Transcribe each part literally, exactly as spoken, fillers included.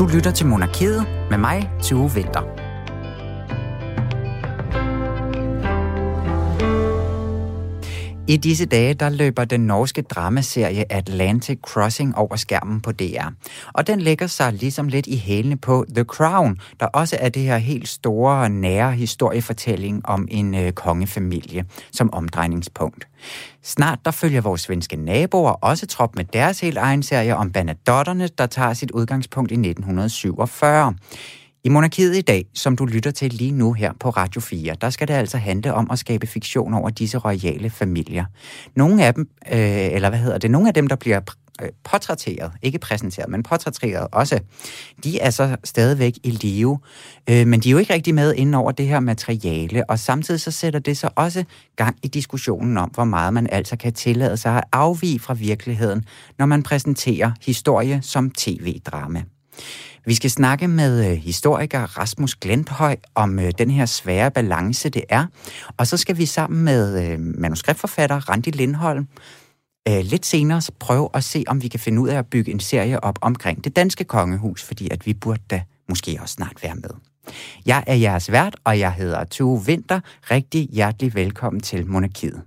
Du lytter til Monarkiet med mig, Tue Winther. I disse dage, der løber den norske dramaserie Atlantic Crossing over skærmen på D R. Og den lægger sig ligesom lidt i hælene på The Crown, der også er det her helt store, nære historiefortælling om en øh, kongefamilie som omdrejningspunkt. Snart der følger vores svenske naboer også trop med deres helt egen serie om Bernadotterne, der tager sit udgangspunkt i nitten syvogfyrre. I Monarkiet i dag, som du lytter til lige nu her på Radio fire, der skal det altså handle om at skabe fiktion over disse royale familier. Nogle af dem, øh, eller hvad hedder det, nogle af dem, der bliver øh, portrætteret, ikke præsenteret, men portrætteret også, de er så stadigvæk i live, øh, men de er jo ikke rigtig med inden over det her materiale, og samtidig så sætter det så også gang i diskussionen om, hvor meget man altså kan tillade sig at afvige fra virkeligheden, når man præsenterer historie som tv-drama. Vi skal snakke med historiker Rasmus Glenthøj om øh, den her svære balance, det er. Og så skal vi sammen med øh, manuskriptforfatter Randi Lindholm øh, lidt senere prøve at se, om vi kan finde ud af at bygge en serie op omkring det danske kongehus, fordi at vi burde da måske også snart være med. Jeg er jeres vært, og jeg hedder Tue Winther. Rigtig hjertelig velkommen til Monarkiet.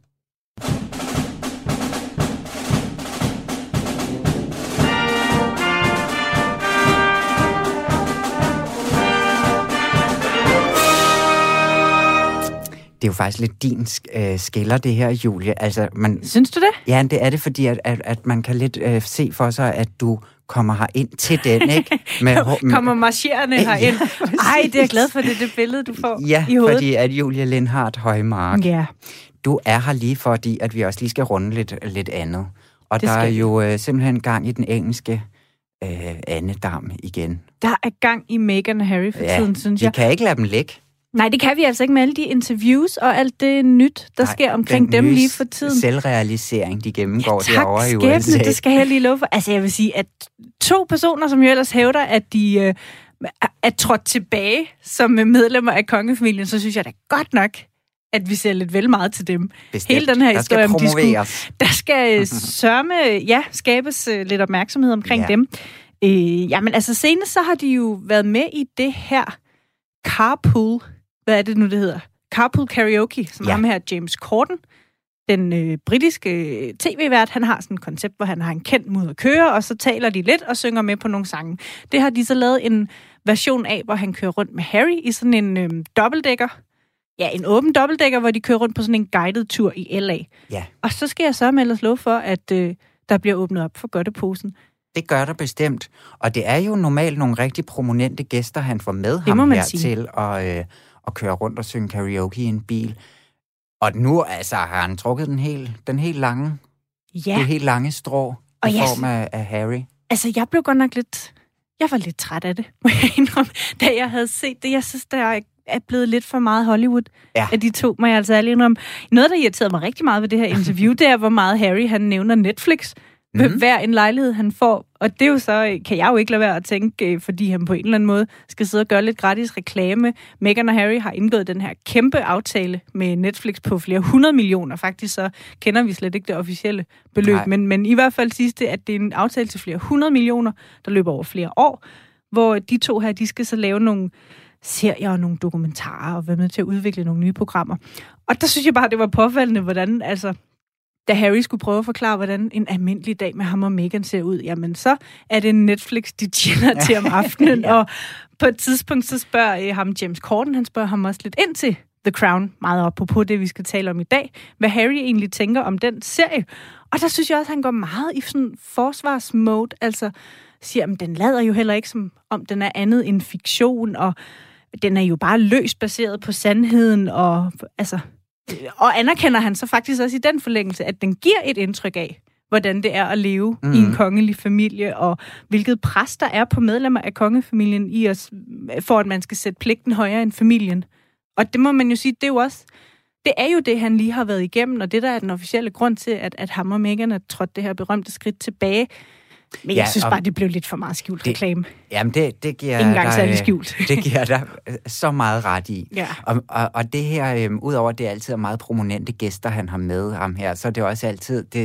Det er jo faktisk lidt din øh, skiller, det her, Julie. Altså, man, Synes du det? Ja, det er det, fordi at, at, at man kan lidt øh, se for sig, at du kommer her ind til den, ikke? Med, kommer marcherende herind. Ja, ej, det er jeg glad for, det det billede, du får ja, i hovedet. Fordi at Julie Lindhardt Højmark, ja. Du er her lige fordi, at vi også lige skal runde lidt, lidt andet. Og det der er jo øh, simpelthen gang i den engelske øh, andedam igen. Der er gang i Meghan og Harry for ja, tiden, synes jeg. vi kan ikke lade dem ligge. Nej, det kan vi altså ikke med alle de interviews og alt det nyt, der Nej, sker omkring dem lige for tiden. Selvrealisering, de gennemgår ja, tak, derovre i U S A. Skæbne, det skal jeg lige love for. Altså, jeg vil sige, at to personer, som jo ellers hævder, at de øh, er trådt tilbage som medlemmer af kongefamilien, så synes jeg da godt nok, at vi ser lidt vel meget til dem. Bestemt. Hele den her der historie, skal om de skulle, der skal sørme, ja, skabes uh, lidt opmærksomhed omkring ja. dem. Øh, jamen, altså senest så har de jo været med i det her carpool. Hvad er det nu, det hedder? Carpool Karaoke, som ja. ham her, James Corden, den øh, britiske øh, tv-vært, han har sådan et koncept, hvor han har en kendt måde at køre, og så taler de lidt og synger med på nogle sange. Det har de så lavet en version af, hvor han kører rundt med Harry i sådan en øh, dobbeltdækker. Ja, en åben dobbeltdækker, hvor de kører rundt på sådan en guided tur i L A. Ja. Og så skal jeg så med ellers love for, at øh, der bliver åbnet op for godteposen. Det gør der bestemt. Og det er jo normalt nogle rigtig prominente gæster, han får med det ham her sige. til at... Øh, og køre rundt og synge karaoke i en bil. Og nu altså, har han trukket den helt, den helt lange, ja. det helt lange strå og i jeg, form af, af Harry. Altså, jeg blev godt nok lidt... Jeg var lidt træt af det, må jeg indrømme, da jeg havde set det. Jeg synes, der er blevet lidt for meget Hollywood ja. af de to, må jeg altså ærlig indrømme. Noget, der irriterede mig rigtig meget ved det her interview, det er, hvor meget Harry, han nævner Netflix. Mm-hmm. Hver en lejlighed, han får. Og det er jo så, kan jeg jo ikke lade være at tænke, fordi han på en eller anden måde skal sidde og gøre lidt gratis reklame. Meghan og Harry har indgået den her kæmpe aftale med Netflix på flere hundrede millioner. Faktisk så kender vi slet ikke det officielle beløb. Men, men i hvert fald siges det, at det er en aftale til flere hundrede millioner, der løber over flere år, hvor de to her, de skal så lave nogle serier og nogle dokumentarer og være med til at udvikle nogle nye programmer. Og der synes jeg bare, det var påfaldende, hvordan altså... Da Harry skulle prøve at forklare, hvordan en almindelig dag med ham og Meghan ser ud, jamen så er det Netflix, de tjener til om aftenen. ja. Og på et tidspunkt, så spørger ham James Corden, han spørger ham også lidt ind til The Crown, meget op på det, vi skal tale om i dag, hvad Harry egentlig tænker om den serie. Og der synes jeg også, at han går meget i sådan forsvarsmode, altså siger, at den lader jo heller ikke, som om den er andet end fiktion, og den er jo bare løst baseret på sandheden, og altså... Og anerkender han så faktisk også i den forlængelse, at den giver et indtryk af, hvordan det er at leve mm. i en kongelig familie, og hvilket pres der er på medlemmer af kongefamilien i os, for at man skal sætte pligten højere end familien. Og det må man jo sige, det er jo også, det er jo det, han lige har været igennem, og det der er den officielle grund til, at, at ham og Meghan er trådt det her berømte skridt tilbage. Men ja, jeg synes bare, det blev lidt for meget skjult det, reklame. Jamen, det, det giver Ingen gang særlig skjult. Det giver der så meget ret i. Ja. Og, og, og det her, øhm, udover at det altid er meget prominente gæster, han har med ham her, så er det også altid det,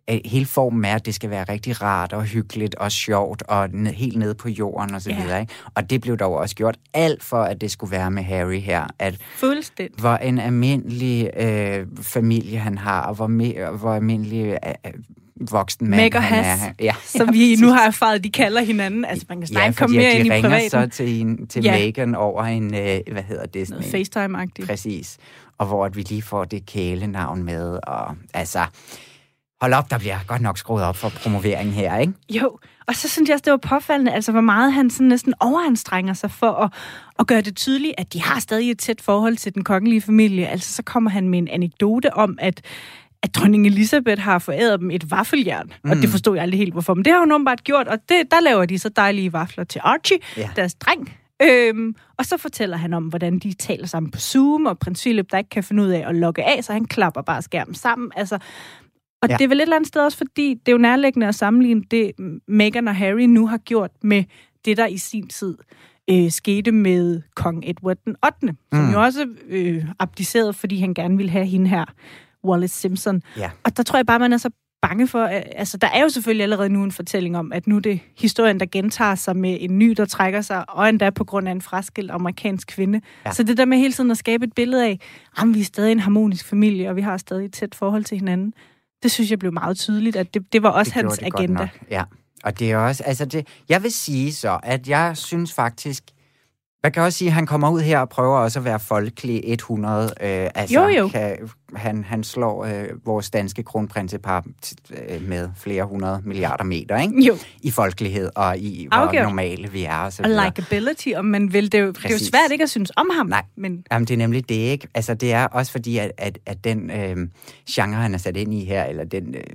hele formen er, at det skal være rigtig rart og hyggeligt og sjovt og ned, helt nede på jorden og så yeah. videre. Ikke? Og det blev dog også gjort alt for, at det skulle være med Harry her. At fuldstændig. Hvor en almindelig øh, familie han har, og hvor, me, hvor almindelig øh, voksen mand Meg og han Has, er. Ja, som vi nu har erfaret, de kalder hinanden. Altså man kan snart ja, komme mere ind i privaten. Ja, fordi de ringer så til, en, til ja. Meghan over en, øh, hvad hedder det? Noget FaceTime-agtigt. Præcis. Og hvor at vi lige får det kælenavn med, og altså... Hold op, der bliver godt nok skruet op for promovering her, ikke? Jo, og så synes jeg også, det var påfaldende, altså hvor meget han sådan næsten overanstrenger sig for at, at gøre det tydeligt, at de har stadig et tæt forhold til den kongelige familie. Altså så kommer han med en anekdote om, at, at dronning Elizabeth har foræret dem et vaffeljern. Mm. Og det forstod jeg aldrig helt, hvorfor. Men det har hun åbenbart gjort, og det, der laver de så dejlige vafler til Archie, ja. deres dreng. Øhm, og så fortæller han om, hvordan de taler sammen på Zoom, og prins Philip, der ikke kan finde ud af at logge af, så han klapper bare skærmen sammen. Altså... Og ja. det er vel et eller andet sted også, fordi det er jo nærliggende at sammenligne det, Meghan og Harry nu har gjort med det, der i sin tid øh, skete med kong Edward den ottende. Som mm. jo også øh, abdicerede, fordi han gerne ville have hende her, Wallis Simpson. Ja. Og der tror jeg bare, man er så bange for... Altså, der er jo selvfølgelig allerede nu en fortælling om, at nu er det historien, der gentager sig med en ny, der trækker sig, og endda på grund af en fraskilt amerikansk kvinde. Ja. Så det der med hele tiden at skabe et billede af, at vi er stadig en harmonisk familie, og vi har stadig et tæt forhold til hinanden. Det synes jeg blev meget tydeligt, at det, det var også det hans agenda. Ja, og det er også, altså det, jeg vil sige så, at jeg synes faktisk, man kan også sige, at han kommer ud her og prøver også at være folkelig hundrede. Øh, altså, jo, jo. Kan, han, han slår øh, vores danske kronprinsepar øh, med flere hundrede milliarder meter, ikke? Jo. I folkelighed og i, hvor Afgjort. normale vi er. Og, så og likability, om man vil. Det er, jo, det er jo svært ikke at synes om ham. Nej, men... Jamen, det er nemlig det, ikke? Altså, det er også fordi, at, at, at den øh, genre, han er sat ind i her, eller den... Øh,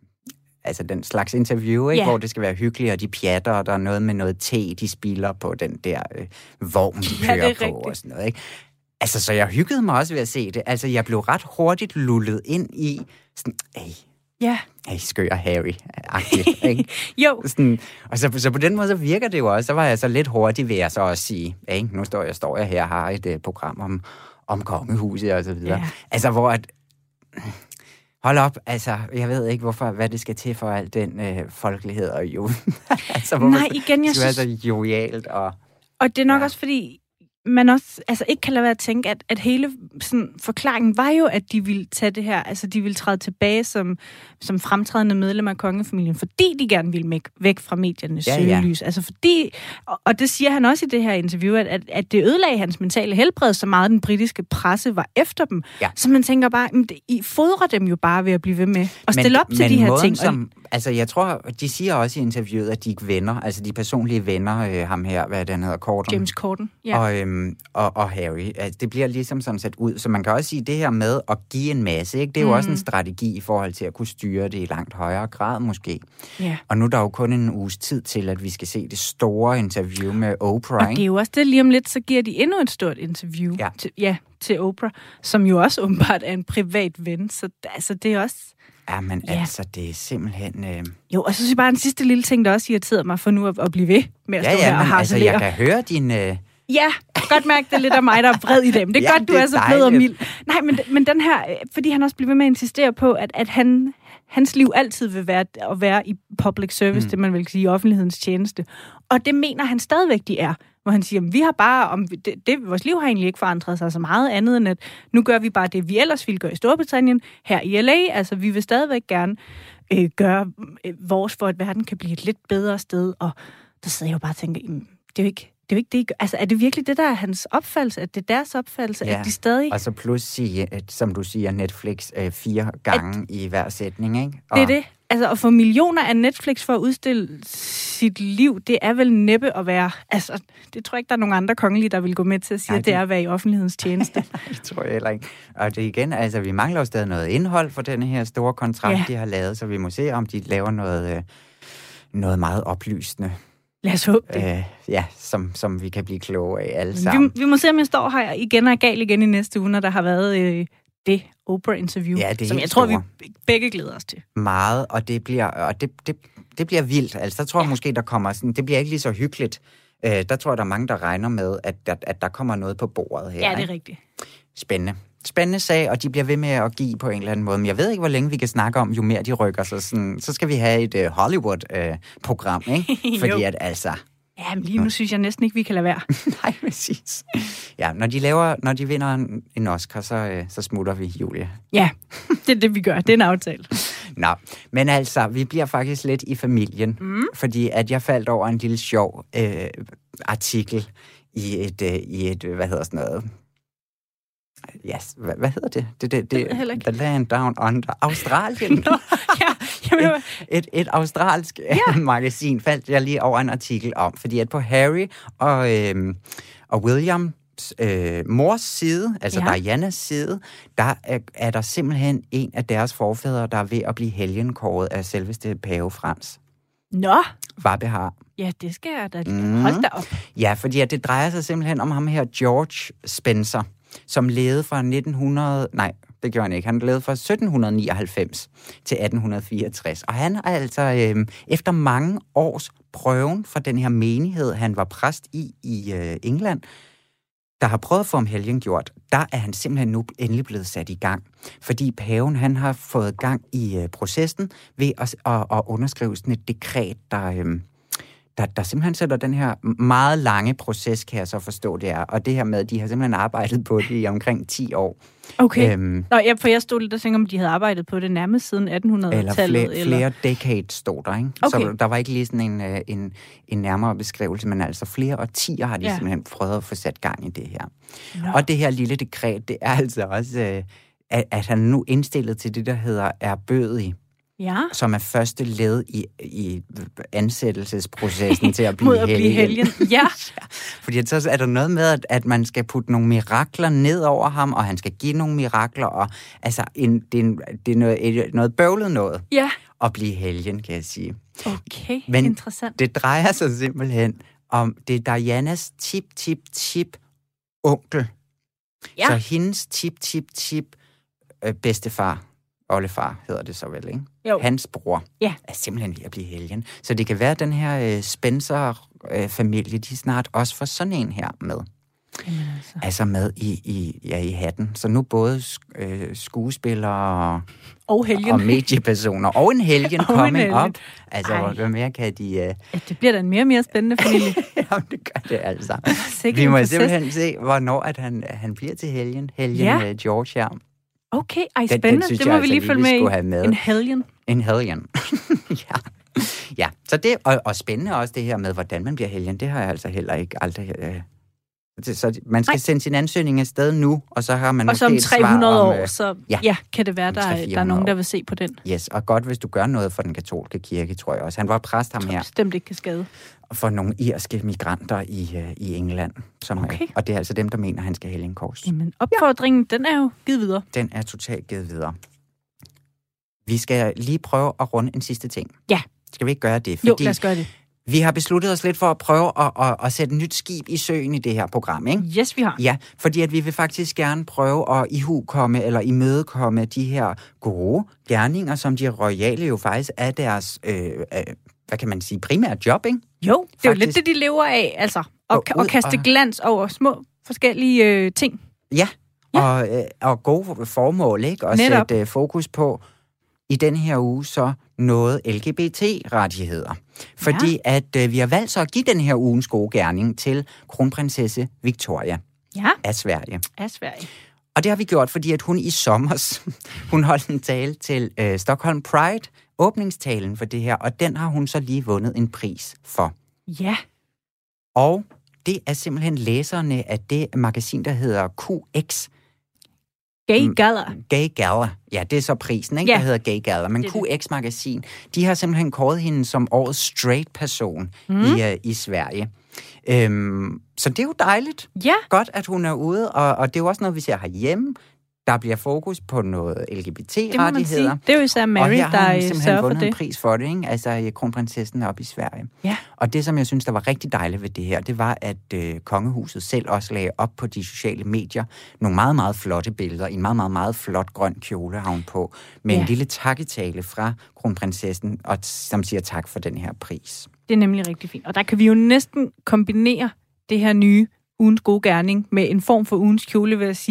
altså den slags interview, ikke? Yeah. Hvor det skal være hyggeligt, og de pjatter, og der er noget med noget te, de spiller på den der øh, vogn, de kører ja, på, rigtigt. Og sådan noget, ikke? Altså, så jeg hyggede mig også ved at se det. Altså, jeg blev ret hurtigt lullet ind i sådan, ej, ja. ej, skør Harry-agtigt, ikke? Jo. Sådan, og så, så på den måde, så virker det jo også, så var jeg så lidt hurtig ved at så også sige, ikke? Nu står jeg, står jeg her og har et uh, program om, om kongehuset og så videre. Yeah. Altså, hvor at... Hold op, altså, jeg ved ikke, hvorfor, hvad det skal til for al den øh, folkelighed og jo. altså, Nej, igen, jeg synes... Det er så jovialt og... Og det er nok ja. også, fordi man også altså, ikke kan lade være at tænke, at, at hele sådan, forklaringen var jo, at de ville tage det her, altså de ville træde tilbage som, som fremtrædende medlem af kongefamilien, fordi de gerne ville mæk, væk fra mediernes ja, søgelys. Ja. Altså fordi, og, og det siger han også i det her interview, at, at, at det ødelagde hans mentale helbred, så meget den britiske presse var efter dem. Ja. Så man tænker bare, I fodrer dem jo bare ved at blive ved med at stille op men, til men de her måden, ting. Som, altså jeg tror, de siger også i interviewet, at de ikke venner, altså de personlige venner, øh, ham her, hvad den hedder, Corden. James Corden, ja. Og, øhm, og, og Harry. Altså, det bliver ligesom sådan sat ud. Så man kan også sige, det her med at give en masse, ikke? Det er jo mm. også en strategi i forhold til at kunne styre det i langt højere grad måske. Yeah. Og nu er der jo kun en uges tid til, at vi skal se det store interview med Oprah. Og det er jo også det, lige om lidt, så giver de endnu et stort interview ja. Til, ja, til Oprah, som jo også åbenbart er en privat ven. Så altså, det er også... Ja, men ja. altså, det er simpelthen... Øh... Jo, og så synes jeg bare en sidste lille ting, der også irriterede mig for nu at, at blive ved med at ja, stå ja, her og harcelere. Altså, jeg kan høre din... Øh... Ja, godt mærke, det er lidt af mig, der er vred i dem. Det er ja, godt, du er, er så blød og mild. Nej, men, men den her, fordi han også bliver ved med at insistere på, at, at han, hans liv altid vil være at være i public service, mm. det man vil sige i offentlighedens tjeneste. Og det mener han stadigvæk, de er. Hvor han siger, vi har bare, om det, det, vores liv har egentlig ikke forandret sig så meget andet, end at nu gør vi bare det, vi ellers ville gøre i Storbritannien, her i L A. Altså, vi vil stadigvæk gerne øh, gøre øh, vores, for at verden kan blive et lidt bedre sted. Og der sidder jeg jo bare og tænker, det er jo ikke Det er jo ikke det, altså er det virkelig det, der er hans opfattelse, at det er deres opfattelse, ja. At de stadig... og så plus sige, at, som du siger, Netflix øh, fire gange at... i hver sætning, ikke? Og... Det er det. Altså at få millioner af Netflix for at udstille sit liv, det er vel næppe at være... Altså, det tror jeg ikke, der er nogen andre kongelige, der vil gå med til at sige, Nej, det... at det er at være i offentlighedens tjeneste. Det tror jeg heller ikke. Og det igen, altså vi mangler jo stadig noget indhold for denne her store kontrakt, ja. De har lavet, så vi må se, om de laver noget, øh, noget meget oplysende. Lad os håbe det. Øh, ja, som, som vi kan blive kloge af alle sammen. Vi, vi må se, om jeg står her igen og er gal igen i næste uge, når der har været øh, det Oprah-interview, ja, det som jeg store. tror, vi begge glæder os til. Meget, og det bliver, og det, det, det bliver vildt. Altså, der tror jeg ja. måske, der kommer sådan, det bliver ikke lige så hyggeligt. Øh, der tror jeg, der er mange, der regner med, at, at, at der kommer noget på bordet her. Ja, det er ikke? rigtigt. Spændende. spændende sag, og de bliver ved med at give på en eller anden måde. Men jeg ved ikke, hvor længe vi kan snakke om, jo mere de rykker sig. Sådan, så skal vi have et uh, Hollywood-program, uh, ikke? Fordi at altså... Ja, men lige nu synes jeg næsten ikke, vi kan lade være. Nej, præcis. Ja, når de laver, når de vinder en, en Oscar, så, uh, så smutter vi, Julie. Ja, det er det, vi gør. Det er en aftale. Nå, men altså, vi bliver faktisk lidt i familien, mm. fordi at jeg faldt over en lille sjov øh, artikel i et, øh, i et, hvad hedder sådan noget... Yes, hvad, hvad hedder det? Det, det, det, det The Land Down Under. Australien. Nå, ja, jamen. et, et, et australsk ja. magasin faldt jeg lige over en artikel om, fordi at på Harry og, øh, og William øh, mors side, altså ja. Dianas side, der er, er der simpelthen en af deres forfædre, der er ved at blive helgenkåret af selveste pave Frans. Nå! Varbehar. Ja, det skal jeg da. Mm. Hold da op. Ja, fordi at det drejer sig simpelthen om ham her, George Spencer, som levede fra nitten hundrede... Nej, det gjorde han ikke. Han levede fra sytten nioghalvfems til atten fireogtres. Og han er altså, øh, efter mange års prøven fra den her menighed, han var præst i i øh, England, der har prøvet at få ham helgengjort, der er han simpelthen nu endelig blevet sat i gang. Fordi paven, han har fået gang i øh, processen ved at, at, at underskrive sådan et dekret, der... Øh, Der, der simpelthen sætter den her meget lange proces, kan jeg så forstå, det er. Og det her med, at de har simpelthen arbejdet på det i omkring ti år. Okay. Øhm, Nå, ja, for jeg stod lidt og tænkte, om de havde arbejdet på det nærmest siden attenhundredetallet. Eller flere, eller... flere decades stod der, ikke? Okay. Så der var ikke lige sådan en, en, en nærmere beskrivelse, men altså flere årtier har de ja. simpelthen prøvet at få sat gang i det her. Nå. Og det her lille dekret, det er altså også, øh, at, at han nu indstillet til det, der hedder erbødig. Ja. Som er første led i, i ansættelsesprocessen til at blive, Mod at blive helgen. Ja. ja. Fordi så er der noget med, at, at man skal putte nogle mirakler ned over ham, og han skal give nogle mirakler, og altså, en, det er, en, det er noget, noget bøvlet noget ja. at blive helgen, kan jeg sige. Okay, men interessant. Det drejer sig simpelthen om, det er Dianas tip-tip-tip-onkel. Ja. Så hendes tip-tip-tip bedstefar, oldefar hedder det så vel, ikke? Jo. Hans bror ja. er simpelthen ved at blive helgen. Så det kan være, at den her øh, Spencer-familie, de snart også får sådan en her med. Jamen altså. Altså med i, i, ja, i hatten. Så nu både øh, skuespillere og, helgen. og mediepersoner og en helgen og coming en helgen. up. Altså, Ej. hvad mere kan de... Øh... Ja, det bliver da en mere og mere spændende familie. Jamen, det gør det altså. Sikke Vi må simpelthen se, hvornår at han, han bliver til helgen. Helgen ja. øh, George her. Okay, ej, spændende. Den, den det må jeg, vi lige altså, følge med i. Have med. En helgen. En helgen. ja. ja, så det, og, og spændende også det her med, hvordan man bliver helgen, det har jeg altså heller ikke aldrig... Øh, det, så man skal Ej. sende sin ansøgning afsted nu, og så har man og måske et svar om... Og så om tre hundrede år, øh, så ja, ja, kan det være, der, er, der er nogen, der vil se på den. Yes, og godt, hvis du gør noget for den katolske kirke, tror jeg også. Han var præst ham her. Bestemt ikke kan skade. For nogle irske migranter i, uh, i England. Som okay. er, og det er altså dem, der mener, at han skal hælde en kors. Jamen, opfordringen, ja. den er jo givet videre. Den er totalt givet videre. Vi skal lige prøve at runde en sidste ting. Ja. Skal vi ikke gøre det? Fordi jo, lad os gøre det. Vi har besluttet os lidt for at prøve at, at, at sætte et nyt skib i søen i det her program, ikke? Yes, vi har. Ja, fordi at vi vil faktisk gerne prøve at ihukomme eller imødekomme de her gode gerninger, som de royale jo faktisk er deres, øh, øh, hvad kan man sige, primære job, ikke? Jo, det er jo lidt det, de lever af, altså. Og, og, og kaste og... glans over små forskellige øh, ting. Ja, ja. Og, øh, og gode formål, ikke? Og Netop. sætte øh, fokus på i den her uge så noget L G B T-rettigheder. Fordi ja. at øh, vi har valgt så at give den her ugens gode gerning til kronprinsesse Victoria ja. af Sverige. Af Sverige. Og det har vi gjort, fordi at hun i sommer, hun holdt en tale til øh, Stockholm Pride, åbningstalen for det her, og den har hun så lige vundet en pris for. Ja. Og det er simpelthen læserne af det magasin, der hedder Q X. Gay Gala. Gay Gala. Ja, det er så prisen, ikke? Ja. Der hedder Gay Gala. Men Q X-magasin, de har simpelthen kåret hende som årets straight-person mm. i, uh, i Sverige. Øhm, så det er jo dejligt. Ja. Godt, at hun er ude, og, og det er jo også noget, vi ser herhjemme. Der bliver fokus på noget L G B T-rettigheder. Det, det er jo især Mary, der sørger for det. Og her har hun simpelthen vundet en pris for det, ikke? Altså kronprinsessen op i Sverige. Ja. Og det, som jeg synes, der var rigtig dejligt ved det her, det var, at øh, kongehuset selv også lagde op på de sociale medier nogle meget, meget flotte billeder. En meget, meget, meget flot grøn kjole har hun på. Med ja. en lille takketale fra kronprinsessen, og som siger tak for den her pris. Det er nemlig rigtig fint. Og der kan vi jo næsten kombinere det her nye ugens gode gerning med en form for ugens kjole, vil jeg sige.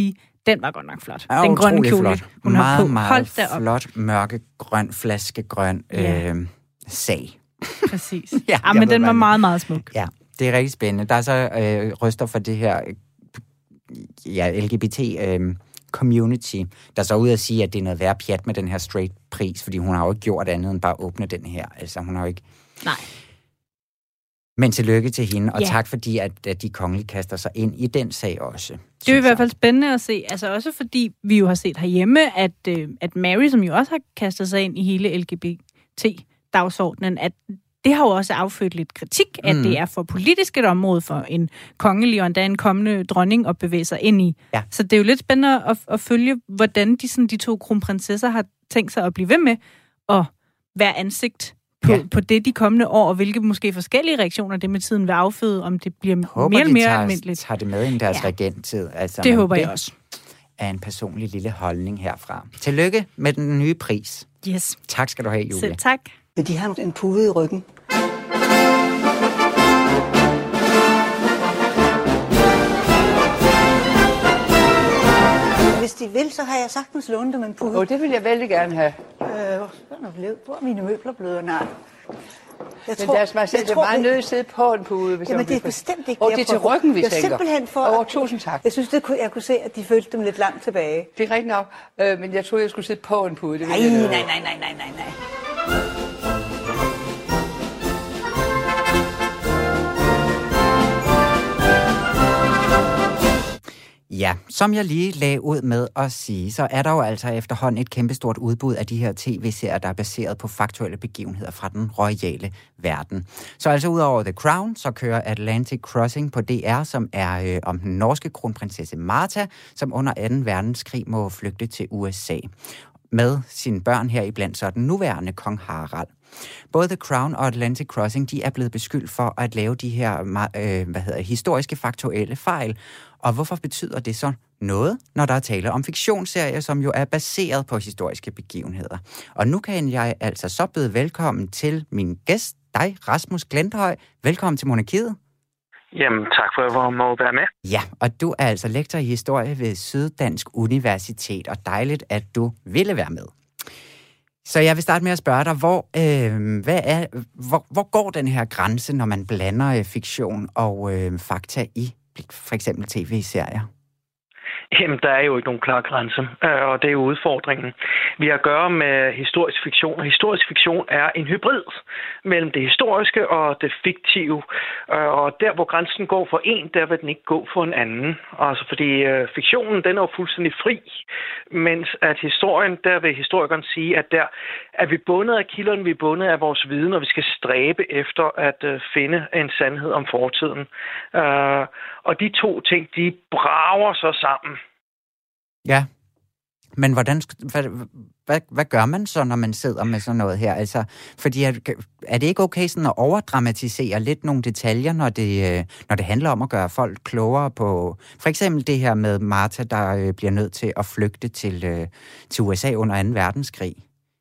Den var godt nok flot. Ja, den grønne kjole, flot. hun meget, har på. meget Hold da op. flot, mørkegrøn, flaskegrøn Ja. øh, sag. Præcis. Ja, ja, men jeg den ved, var hvad- meget, meget smuk. Ja, det er rigtig spændende. Der er så øh, røster for det her ja, L G B T øh, community, der så ud at sige, at det er noget værd pjat med den her straight pris, fordi hun har jo ikke gjort andet end bare at åbne den her. Altså, hun har jo ikke... Nej. Men tillykke til hende, og Ja. tak fordi, at, at de kongelige kaster sig ind i den sag også. Det er jo i hvert fald spændende at se, altså også fordi vi jo har set herhjemme, at, øh, at Mary, som jo også har kastet sig ind i hele L G B T-dagsordenen, at det har jo også affødt lidt kritik, at Mm. det er for politisk et område for en kongelig og endda en kommende dronning at bevæge sig ind i. Ja. Så det er jo lidt spændende at, at følge, hvordan de, sådan, de to kronprinsesser har tænkt sig at blive ved med at være ansigt på, Ja. på det de kommende år, og hvilke måske forskellige reaktioner det med tiden vil afføde, om det bliver håber, mere eller de mere tager, almindeligt. tager det med i deres Ja. regenttid. Altså, Det men håber jeg også. er en personlig lille holdning herfra. Tillykke med den nye pris. Yes. Tak skal du have, Julie. Selv tak. De har en pude i ryggen. Hvis de vil, så har jeg sagtens lånt dem en pude. Åh, det vil jeg vældig gerne have. Øh, hvor er blevet? Hvor er mine møbler blevet? Nej. Jeg Men deres majestæt, det er meget nødt til at sidde på en pude. Hvis Jamen, jeg det er vil- bestemt ikke Åh, det, det er jeg til prøver. ryggen, vi Jeg er tænker. simpelthen for... Åh, tusind tak. Jeg synes, det kunne, jeg kunne se, at de følte dem lidt langt tilbage. Det er rigtigt nok, øh, men jeg troede, jeg skulle sidde på en pude. Det Nej, vil jeg nej, love. nej, nej, nej, nej, nej. Ja, som jeg lige lagde ud med at sige, så er der jo altså efterhånden et kæmpestort udbud af de her tv-serier, der er baseret på faktuelle begivenheder fra den royale verden. Så altså ud over The Crown, så kører Atlantic Crossing på D R, som er øh, om den norske kronprinsesse Martha, som under anden verdenskrig må flygte til U S A. Med sine børn her iblandt så den nuværende kong Harald. Både The Crown og Atlantic Crossing, de er blevet beskyldt for at lave de her øh, hvad hedder, historiske faktuelle fejl. Og hvorfor betyder det så noget, når der er tale om fiktionsserier, som jo er baseret på historiske begivenheder? Og nu kan jeg altså så byde velkommen til min gæst, dig, Rasmus Glenthøj. Velkommen til Monarkiet. Jamen, tak for, at jeg må være med. Ja, og du er altså lektor i historie ved Syddansk Universitet, og dejligt, at du ville være med. Så jeg vil starte med at spørge dig, hvor, øh, hvad er, hvor, hvor går den her grænse, når man blander øh, fiktion og øh, fakta i for eksempel tv-serier? Jamen, der er jo ikke nogen klar grænse, øh, og det er jo udfordringen. Vi har at gøre med historisk fiktion, og historisk fiktion er en hybrid mellem det historiske og det fiktive. Øh, og der, hvor grænsen går for en, der vil den ikke gå for en anden. Altså, fordi øh, fiktionen, den er jo fuldstændig fri, mens at historien, der vil historikeren sige, at der er vi bundet af kilderne, vi er bundet af vores viden, og vi skal stræbe efter at øh, finde en sandhed om fortiden. Øh, og de to ting, de brager så sammen. Ja, men hvordan, hvad, hvad, hvad gør man så, når man sidder med sådan noget her? Altså, fordi er, er det ikke okay sådan at overdramatisere lidt nogle detaljer, når det, når det handler om at gøre folk klogere på, for eksempel det her med Martha, der bliver nødt til at flygte til, til U S A under anden verdenskrig?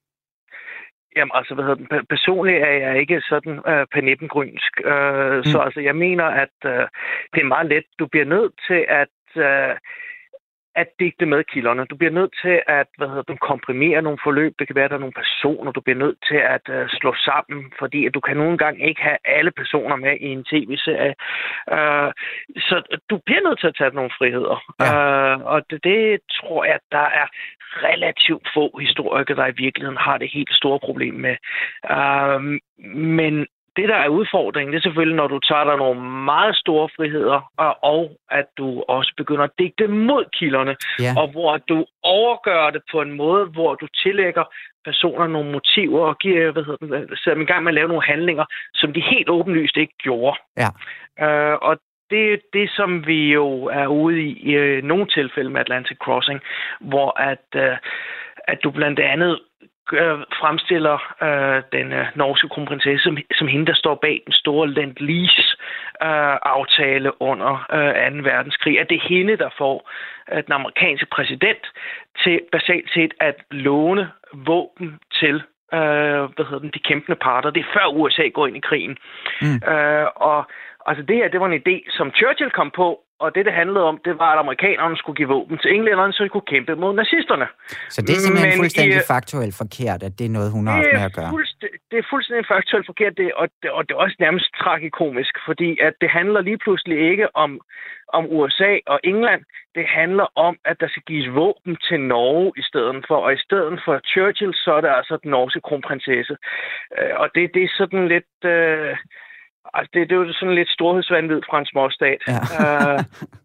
Jamen, altså, hvad hedder den? Personligt er jeg ikke sådan øh, panettengrynsk. Øh, mm. Så altså, jeg mener, at øh, det er meget let. Du bliver nødt til at... Øh, at digte med kilderne. Du bliver nødt til at hvad hedder du, komprimere nogle forløb. Det kan være, at der er nogle personer. Du bliver nødt til at uh, slå sammen, fordi at du kan nogle gange ikke have alle personer med i en tv-serie. Uh, så du bliver nødt til at tage nogle friheder. Ja. Uh, og det, det tror jeg, at der er relativt få historikere, der i virkeligheden har det helt store problem med. Uh, men det, der er udfordringen, det er selvfølgelig, når du tager dig nogle meget store friheder, og at du også begynder at digte mod kilderne, ja. Og hvor du overgør det på en måde, hvor du tillægger personer nogle motiver og giver, hvad hedder det, sætter dem i gang med at lave nogle handlinger, som de helt åbenlyst ikke gjorde. Ja. Uh, og det er det, som vi jo er ude i i uh, nogle tilfælde med Atlantic Crossing, hvor at, uh, at du blandt andet fremstiller øh, den øh, norske kronprinsesse som, som hende, der står bag den store Lend-Lease-aftale øh, under øh, anden verdenskrig. At det er hende, der får øh, den amerikanske præsident til basalt set at låne våben til øh, hvad hedder den, de kæmpende parter. Det er før U S A går ind i krigen. Mm. Øh, og altså det her, det var en idé, som Churchill kom på, Og det, det handlede om, det var, at amerikanerne skulle give våben til englænderne, så de kunne kæmpe mod nazisterne. Så det er simpelthen Men fuldstændig i, faktuelt forkert, at det er noget, hun har haft med at gøre? Det er fuldstændig faktuelt forkert, det, og, det, og det er også nærmest tragikomisk, fordi at det handler lige pludselig ikke om, om U S A og England. Det handler om, at der skal gives våben til Norge i stedet for, og i stedet for Churchill, så er det altså den norske kronprinsesse. Og det, det er sådan lidt... Øh, Altså, det, det er jo sådan lidt storhedsvanvid fra en småstat. Ja, uh,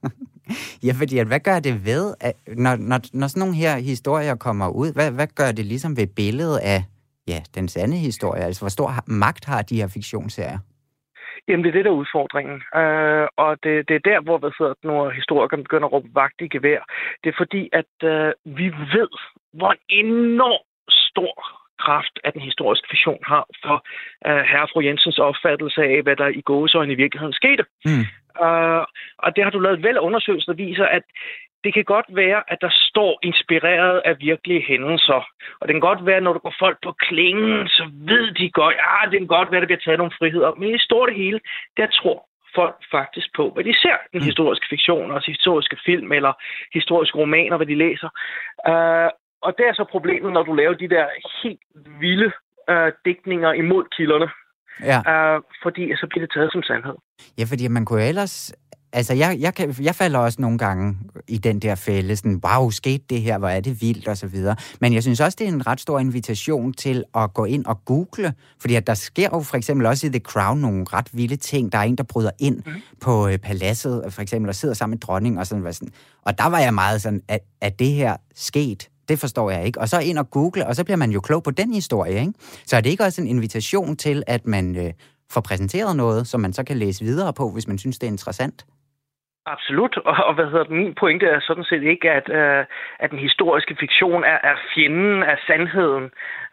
ja, fordi hvad gør det ved, at, når, når, når sådan nogle her historier kommer ud, hvad, hvad gør det ligesom ved billedet af ja, den sande historie? Altså, hvor stor magt har de her fiktionsserier? Jamen, det er det, der er udfordringen. Uh, og det, det er der, hvor hvad hedder, når historikerne begynder at råbe vagt i gevær. Det er fordi, at uh, vi ved, hvor en enorm stor kraft, at den historiske fiktion har for uh, herre fru Jensens opfattelse af, hvad der i gåseøjne i virkeligheden skete. Mm. Uh, og det har du lavet vel undersøgelser, der viser, at det kan godt være, at der står inspireret af virkelige hændelser. Og det kan godt være, når du går folk på klingen, så ved de godt, ja, det kan godt være, at der bliver taget nogle friheder. Men i stort det hele, der tror folk faktisk på, hvad de ser. Den historiske fiktion, altså historiske film eller historiske romaner, hvad de læser. Uh, Og det er så problemet, når du laver de der helt vilde øh, digtninger imod kilderne. Ja. Øh, fordi så bliver det taget som sandhed. Ja, fordi man kunne ellers... Altså, jeg, jeg, kan, jeg falder også nogle gange i den der fælde, sådan, wow, skete det her, hvor er det vildt, og så videre. Men jeg synes også, det er en ret stor invitation til at gå ind og google, fordi at der sker jo for eksempel også i The Crown nogle ret vilde ting. Der er en, der bryder ind mm. på øh, paladset, for eksempel, og sidder sammen med dronningen, og sådan, sådan. Og der var jeg meget sådan, at, at det her sket. Det forstår jeg ikke. Og så ind og google, og så bliver man jo klog på den historie, ikke? Så er det ikke også en invitation til, at man øh, får præsenteret noget, som man så kan læse videre på, hvis man synes, det er interessant? Absolut, og, og hvad hedder det, min pointe er sådan set ikke, at, øh, at den historiske fiktion er, er fjenden af sandheden.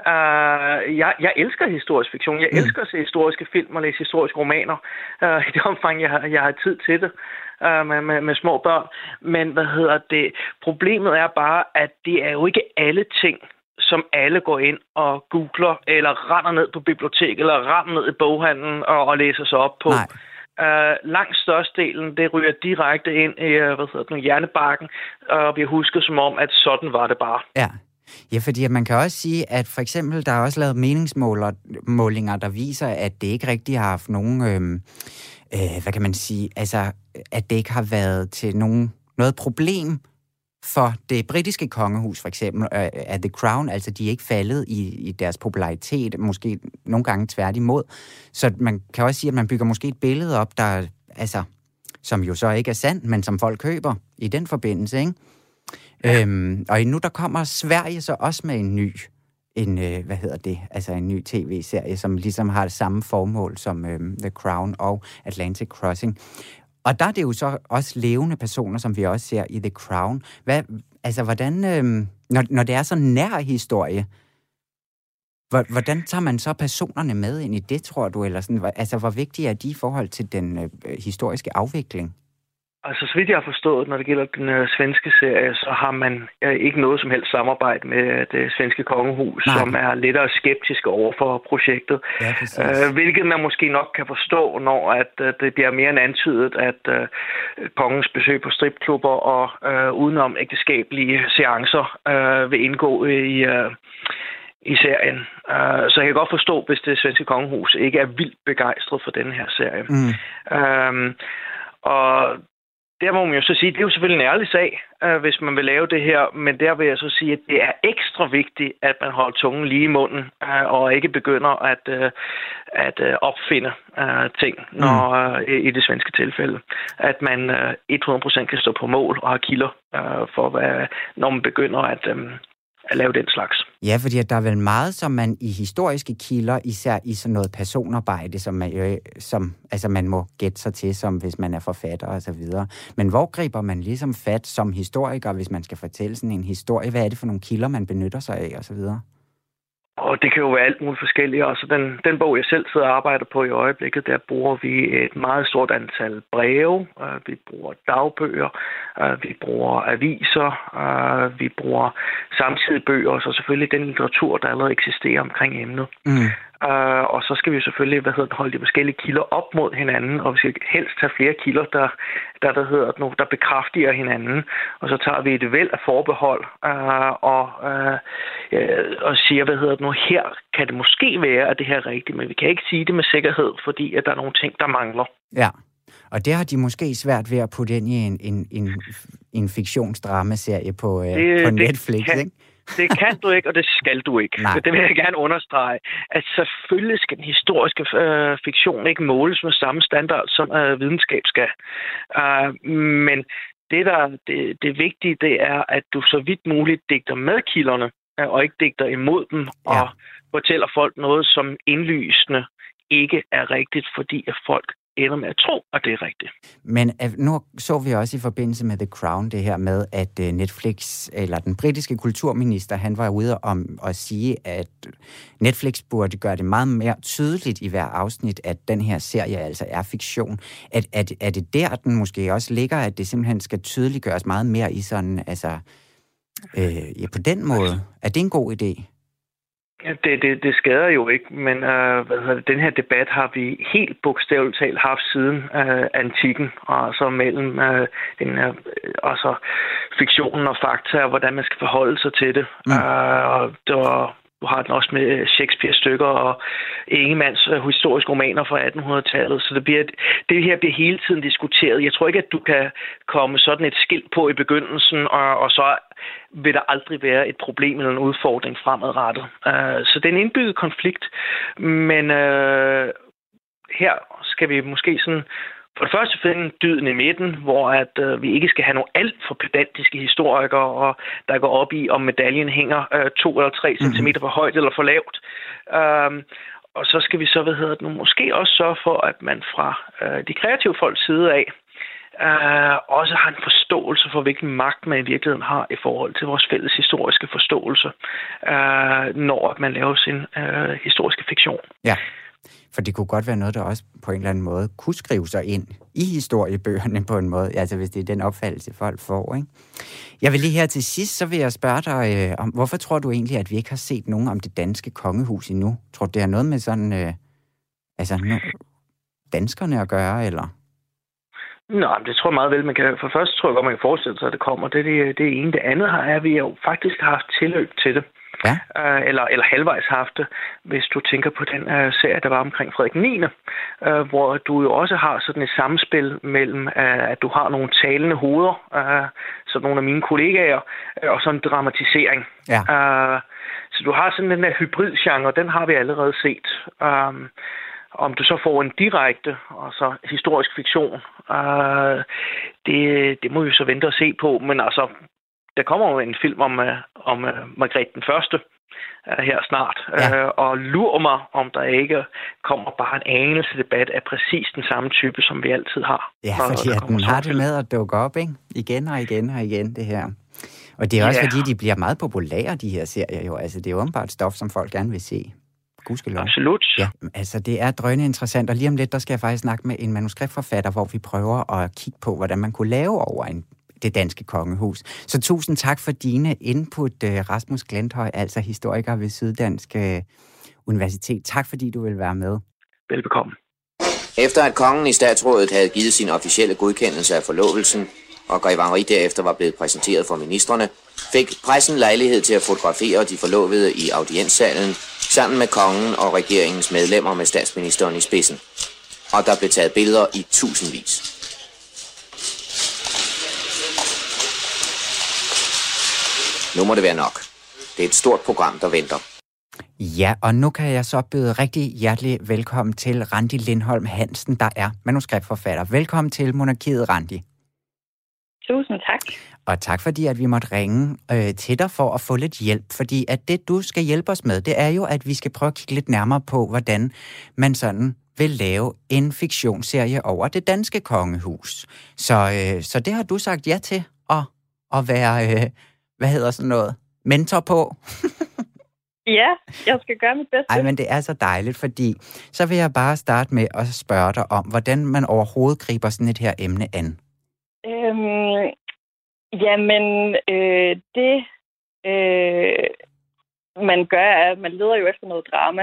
Uh, jeg, jeg elsker historisk fiktion. Jeg mm. elsker at se historiske film og læse historiske romaner. Uh, I det omfang, jeg har, jeg har tid til det. Uh, med, med, med små børn. Men hvad hedder det? Problemet er bare, at det er jo ikke alle ting, som alle går ind og googler, eller render ned på biblioteket, eller render ned i boghandlen og, og læser sig op på. Nej. Uh, langt størstedelen, det ryger direkte ind i uh, hvad hedder det, hjernebarken, og bliver husket som om, at sådan var det bare. Ja. Ja, fordi man kan også sige, at for eksempel, der er også lavet meningsmålinger, der viser, at det ikke rigtig har haft nogen, øh, øh, hvad kan man sige, altså, at det ikke har været til nogen, noget problem for det britiske kongehus, for eksempel, øh, af The Crown, altså de er ikke faldet i, i deres popularitet, måske nogle gange tværtimod. Så man kan også sige, at man bygger måske et billede op, der, altså, som jo så ikke er sandt, men som folk køber i den forbindelse, ikke? Ja. Øhm, og nu der kommer Sverige så også med en ny, en, øh, hvad hedder det, altså en ny tv-serie, som ligesom har det samme formål som øh, The Crown og Atlantic Crossing. Og der er det jo så også levende personer, som vi også ser i The Crown. Hvad, altså, hvordan, øh, når, når det er så nær historie, hvordan tager man så personerne med ind i det, tror du? Eller sådan, altså, hvor vigtige er de i forhold til den øh, historiske afvikling? Altså, så vidt jeg har forstået, når det gælder den øh, svenske serie, så har man øh, ikke noget som helst samarbejde med det svenske kongehus, Nej. som er lidt skeptiske over for projektet. Ja, øh, hvilket man måske nok kan forstå, når at, øh, det bliver mere end antydet, at øh, kongens besøg på stripklubber og øh, udenom ægteskabelige seancer øh, vil indgå i... Øh, i serien. Uh, så jeg kan godt forstå, hvis det svenske kongehus ikke er vildt begejstret for denne her serie. Mm. Uh, og der må man jo så sige, det er jo selvfølgelig en ærlig sag, uh, hvis man vil lave det her, men der vil jeg så sige, at det er ekstra vigtigt, at man holder tungen lige i munden, uh, og ikke begynder at, uh, at uh, opfinde uh, ting, når, uh, i, i det svenske tilfælde. At man uh, hundrede procent kan stå på mål og have kilder, uh, for hvad, når man begynder at... Um, at lave den slags. Ja, fordi der er vel meget, som man i historiske kilder, især i sådan noget personarbejde, som man, øh, som, altså man må gætte sig til, som hvis man er forfatter og så videre. Men hvor griber man ligesom fat som historiker, hvis man skal fortælle sådan en historie? Hvad er det for nogle kilder, man benytter sig af og så videre? Og det kan jo være alt muligt forskelligt. Altså den, den bog, jeg selv sidder og arbejder på i øjeblikket, der bruger vi et meget stort antal breve, uh, vi bruger dagbøger, uh, vi bruger aviser, uh, vi bruger samtidig bøger, og så selvfølgelig den litteratur, der allerede eksisterer omkring emnet. Mm. Uh, og så skal vi selvfølgelig hvad hedder det, holde de forskellige kilder op mod hinanden, og vi skal helst have flere kilder, der, der, der, hedder det, der bekræftiger hinanden. Og så tager vi et væld af forbehold uh, og, uh, uh, og siger, hvad hedder det nu, her kan det måske være, at det her er rigtigt, men vi kan ikke sige det med sikkerhed, fordi at der er nogle ting, der mangler. Ja, og det har de måske svært ved at putte ind i en, en, en, en fiktionsdramaserie på, uh, det, på Netflix, kan... ikke? Det kan du ikke, og det skal du ikke. Nej. Det vil jeg gerne understrege. At selvfølgelig skal den historiske øh, fiktion ikke måles med samme standard, som øh, videnskab skal. Uh, men det, der det, det vigtige, det er, at du så vidt muligt digter med kilderne, øh, og ikke digter imod dem, ja. Og fortæller folk noget, som indlysende ikke er rigtigt, fordi at folk ender med at tro, at det er rigtigt. Men nu så vi også i forbindelse med The Crown det her med, at Netflix, eller den britiske kulturminister, han var ude om at sige, at Netflix burde gøre det meget mere tydeligt i hver afsnit, at den her serie altså er fiktion. Er, er, det, er det der, den måske også ligger, at det simpelthen skal tydeliggøres meget mere i sådan, altså, øh, ja, på den måde? Er det en god idé? Det, det, det skader jo ikke, men øh, hvad hedder det, den her debat har vi helt bogstaveligt talt haft siden øh, antikken, og så mellem øh, den, øh, altså fiktionen og fakta, og hvordan man skal forholde sig til det. Mm. Øh, og det var, du har den også med Shakespeare-stykker og Ingemanns øh, historiske romaner fra attenhundredetallet, så det, bliver, det her bliver hele tiden diskuteret. Jeg tror ikke, at du kan komme sådan et skilt på i begyndelsen, og, og så vil der aldrig være et problem eller en udfordring fremadrettet. Uh, så det er en indbygget konflikt, men uh, her skal vi måske sådan for det første finde dyden i midten, hvor at uh, vi ikke skal have nogle alt for pedantiske historikere, og der går op i, om medaljen hænger uh, to eller tre mm-hmm. centimeter for højt eller for lavt. Uh, og så skal vi så, hvad hedder det nu, måske også sørge for, at man fra uh, de kreative folks side af Uh, også har en forståelse for, hvilken magt man i virkeligheden har i forhold til vores fælles historiske forståelse, uh, når man laver sin uh, historiske fiktion. Ja, for det kunne godt være noget, der også på en eller anden måde kunne skrive sig ind i historiebøgerne på en måde, altså hvis det er den opfattelse, folk får, ikke? Jeg vil lige her til sidst, så vil jeg spørge dig, øh, om hvorfor tror du egentlig, at vi ikke har set nogen om det danske kongehus endnu? Tror du, det har noget med sådan, øh, altså no- danskerne at gøre, eller? Nej, det tror jeg meget vel, man kan. For først tror jeg godt, man kan forestille sig, at det kommer. Det er det, det ene. Det andet har er, at vi jo faktisk har haft tilløb til det. Ja. Uh, eller, eller halvvejs haft det, hvis du tænker på den uh, serie, der var omkring Frederik niende Uh, hvor du jo også har sådan et samspil mellem, uh, at du har nogle talende hoveder, uh, som nogle af mine kollegaer, uh, og sådan en dramatisering. Ja. Uh, så du har sådan den der hybridgenre, den har vi allerede set. Uh, Om du så får en direkte, altså historisk fiktion, øh, det, det må vi så vente og se på. Men altså, der kommer jo en film om, øh, om øh, Margrethe den Første øh, her snart. Ja. Øh, og lurer mig, om der ikke kommer bare en anelse debat af præcis den samme type, som vi altid har. Ja, fordi at den har det med at dukke op, ikke? Igen og igen og igen, det her. Og det er også, ja. Fordi de bliver meget populære, de her serier jo. Altså, det er jo åbenbart stof, som folk gerne vil se. Gudskelov. Absolut. Ja, altså det er drønende interessant, og lige om lidt, der skal jeg faktisk snakke med en manuskriptforfatter, hvor vi prøver at kigge på, hvordan man kunne lave over en, det danske kongehus. Så tusind tak for dine input, Rasmus Glenthøj, altså historiker ved Syddansk Universitet. Tak fordi du vil være med. Velbekomme. Efter at kongen i statsrådet havde givet sin officielle godkendelse af forlovelsen, og Grev Henri derefter var blevet præsenteret for ministrene, fik pressen lejlighed til at fotografere de forlovede i audienssalen sammen med kongen og regeringens medlemmer med statsministeren i spidsen. Og der blev taget billeder i tusindvis. Nu må det være nok. Det er et stort program, der venter. Ja, og nu kan jeg så byde rigtig hjertelig velkommen til Randi Lindholm Hansen, der er manuskriptforfatter. Velkommen til Monarkiet, Randi. Tusind tak. Og tak fordi, at vi måtte ringe øh, til dig for at få lidt hjælp. Fordi at det, du skal hjælpe os med, det er jo, at vi skal prøve at kigge lidt nærmere på, hvordan man sådan vil lave en fiktionsserie over det danske kongehus. Så, øh, så det har du sagt ja til at, at være, øh, hvad hedder sådan noget, mentor på. Ja, jeg skal gøre mit bedste. Ej, men det er så dejligt, fordi så vil jeg bare starte med at spørge dig om, hvordan man overhovedet griber sådan et her emne an. Øhm, jamen, øh, det øh, man gør, er, at man leder jo efter noget drama.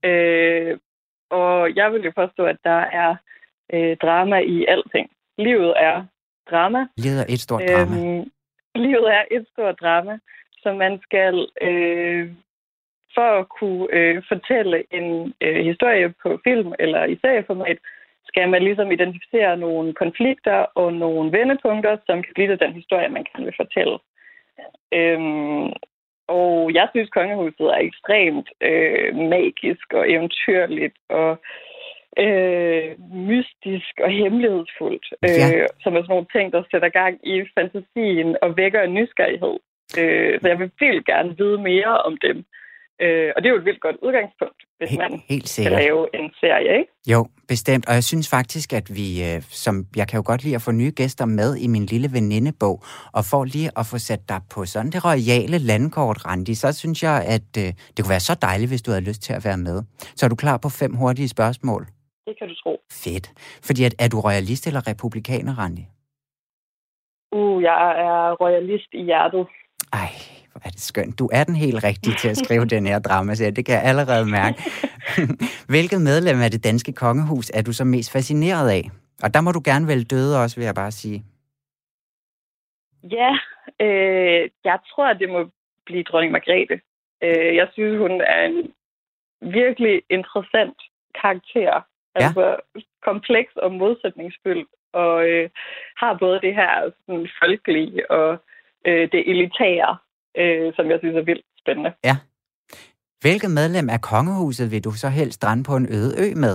Øh, og jeg vil jo påstå, at der er øh, drama i alting. Livet er drama. Livet er et stort drama. Øhm, livet er et stort drama, så man skal, øh, for at kunne øh, fortælle en øh, historie på film eller i serieformat, skal man ligesom identificere nogle konflikter og nogle vendepunkter, som kan blive til den historie, man kan vil fortælle. Øhm, og jeg synes, kongehuset er ekstremt øh, magisk og eventyrligt og øh, mystisk og hemmelighedsfuldt. Ja. Øh, som er sådan nogle ting, der sætter gang i fantasien og vækker en nysgerrighed. Øh, så jeg vil vildt gerne vide mere om dem. Øh, og det er jo et vildt godt udgangspunkt, hvis helt, man helt skal lave en serie, ikke? Jo, bestemt. Og jeg synes faktisk, at vi, som jeg kan jo godt lide at få nye gæster med i min lille venindebog, og for lige at få sat dig på sådan det royale landkort, Randi, så synes jeg, at øh, det kunne være så dejligt, hvis du havde lyst til at være med. Så er du klar på fem hurtige spørgsmål? Det kan du tro. Fedt. Fordi at, er du royalist eller republikaner, Randi? Uh, jeg er royalist i hjertet. Ej, hvor er det skønt. Du er den helt rigtige til at skrive den her dramaserie. Det kan jeg allerede mærke. Hvilket medlem af det danske kongehus er du så mest fascineret af? Og der må du gerne vælge døde også, vil jeg bare sige. Ja, øh, jeg tror, at det må blive dronning Margrethe. Øh, jeg synes, hun er en virkelig interessant karakter. Ja. Altså kompleks og modsætningsfyldt. Og øh, har både det her sådan, folkelige og øh, det elitære, øh, som jeg synes er vildt spændende. Ja. Hvilket medlem af kongehuset vil du så helst strande på en øde ø med?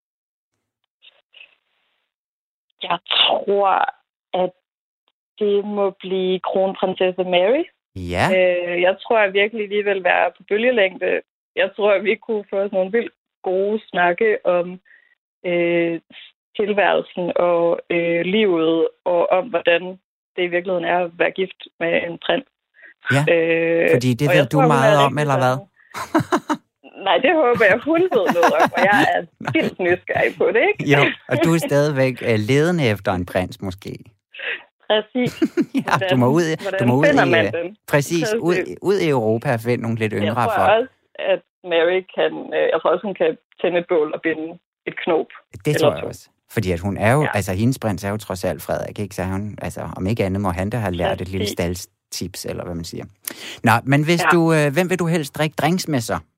Jeg tror, at det må blive kronprinsesse Mary. Ja. Øh, jeg tror, at virkelig vi vil være på bølgelængde. Jeg tror, at vi kunne få os nogle vildt gode snakke om øh, tilværelsen og øh, livet, og om, hvordan det i virkeligheden er at være gift med en prins. Ja, øh, fordi det ved du tror, meget om, eller hvad? Nej, det håber jeg, hun ved noget om, og jeg er vildt nysgerrig på det, ikke? Jo, og du er stadigvæk uh, ledende efter en prins, måske. Præcis. Ja, hvordan, du må ud, du må ud i, uh, præcis, præcis. Ud, ud i Europa og finde nogle lidt yngre folk. Jeg tror folk. også, at Mary kan, uh, jeg tror også, hun kan tænde et bål og binde et knop. Det tror jeg to. også. Fordi at hun er jo, ja. altså hendes prins er jo trods alt Frederik, ikke? Så hun, altså om ikke andet må han da have lært præcis. Et lille staldstips, eller hvad man siger. Nå, men hvis ja. du, uh, hvem vil du helst drikke drinks med så?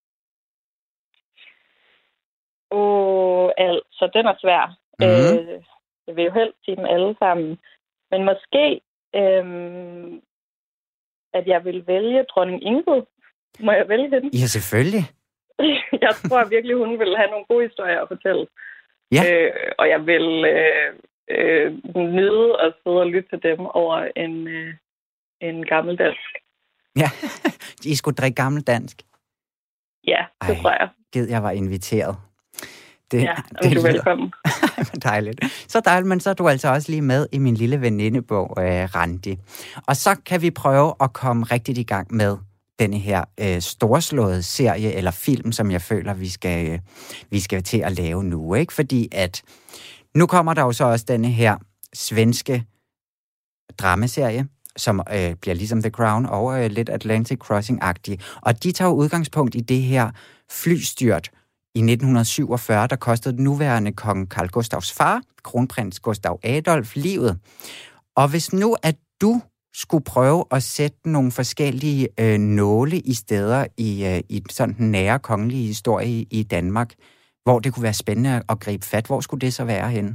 Åh, altså, den er svær. Mm-hmm. Øh, jeg vil jo helst sige dem alle sammen. Men måske, øhm, at jeg vil vælge dronning Ingrid. Må jeg vælge hende? Ja, selvfølgelig. Jeg tror virkelig, hun vil have nogle gode historier at fortælle. Ja. Øh, og jeg vil øh, øh, nyde at sidde og lytte til dem over en, øh, en gammeldansk. Ja, I skulle drikke gammeldansk. Ja, det Ej, tror jeg. Gid, jeg var inviteret. Det, ja, det, du er velkommen. Dejligt. Så dejligt, men så er du altså også lige med i min lille venindebog, øh, Randi. Og så kan vi prøve at komme rigtigt i gang med denne her øh, storslåede serie eller film, som jeg føler, vi skal, øh, vi skal til at lave nu. Ikke? Fordi at nu kommer der jo så også denne her svenske dramaserie, som øh, bliver ligesom The Crown og øh, lidt Atlantic Crossing-agtig. Og de tager udgangspunkt i det her flystyrt i nitten syvogfyrre, der kostede den nuværende kong Carl Gustavs far, kronprins Gustav Adolf, livet. Og hvis nu, at du skulle prøve at sætte nogle forskellige øh, nåle i steder i, øh, i sådan den nære kongelige historie i, i Danmark, hvor det kunne være spændende at gribe fat, hvor skulle det så være henne?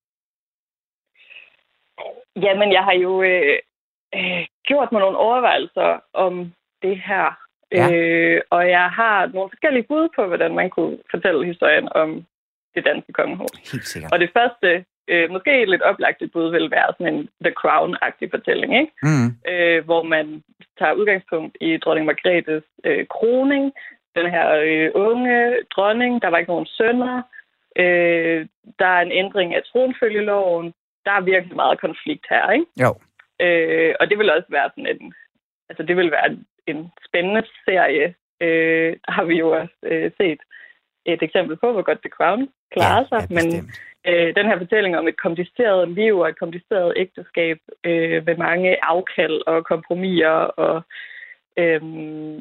Jamen, jeg har jo øh, øh, gjort mig nogle overvejelser om det her. Ja. Øh, og jeg har nogle forskellige bud på, hvordan man kunne fortælle historien om det danske kongehus. Helt sikkert. Og det første, øh, måske lidt oplagte bud, vil være sådan en The Crown-agtig fortælling, ikke? Mm. Øh, hvor man tager udgangspunkt i dronning Margrethes øh, kroning. Den her øh, unge dronning, der var ikke nogen sønner. Øh, der er en ændring af tronfølgeloven. Der er virkelig meget konflikt her, ikke? Jo. Øh, og det vil også være sådan en... Altså, det vil være en spændende serie. Øh, der har vi jo også øh, set et eksempel på, hvor godt The Crown klarer ja, sig. Men øh, den her fortælling om et kompliceret liv og et kompliceret ægteskab øh, med mange afkald og kompromiser og øh,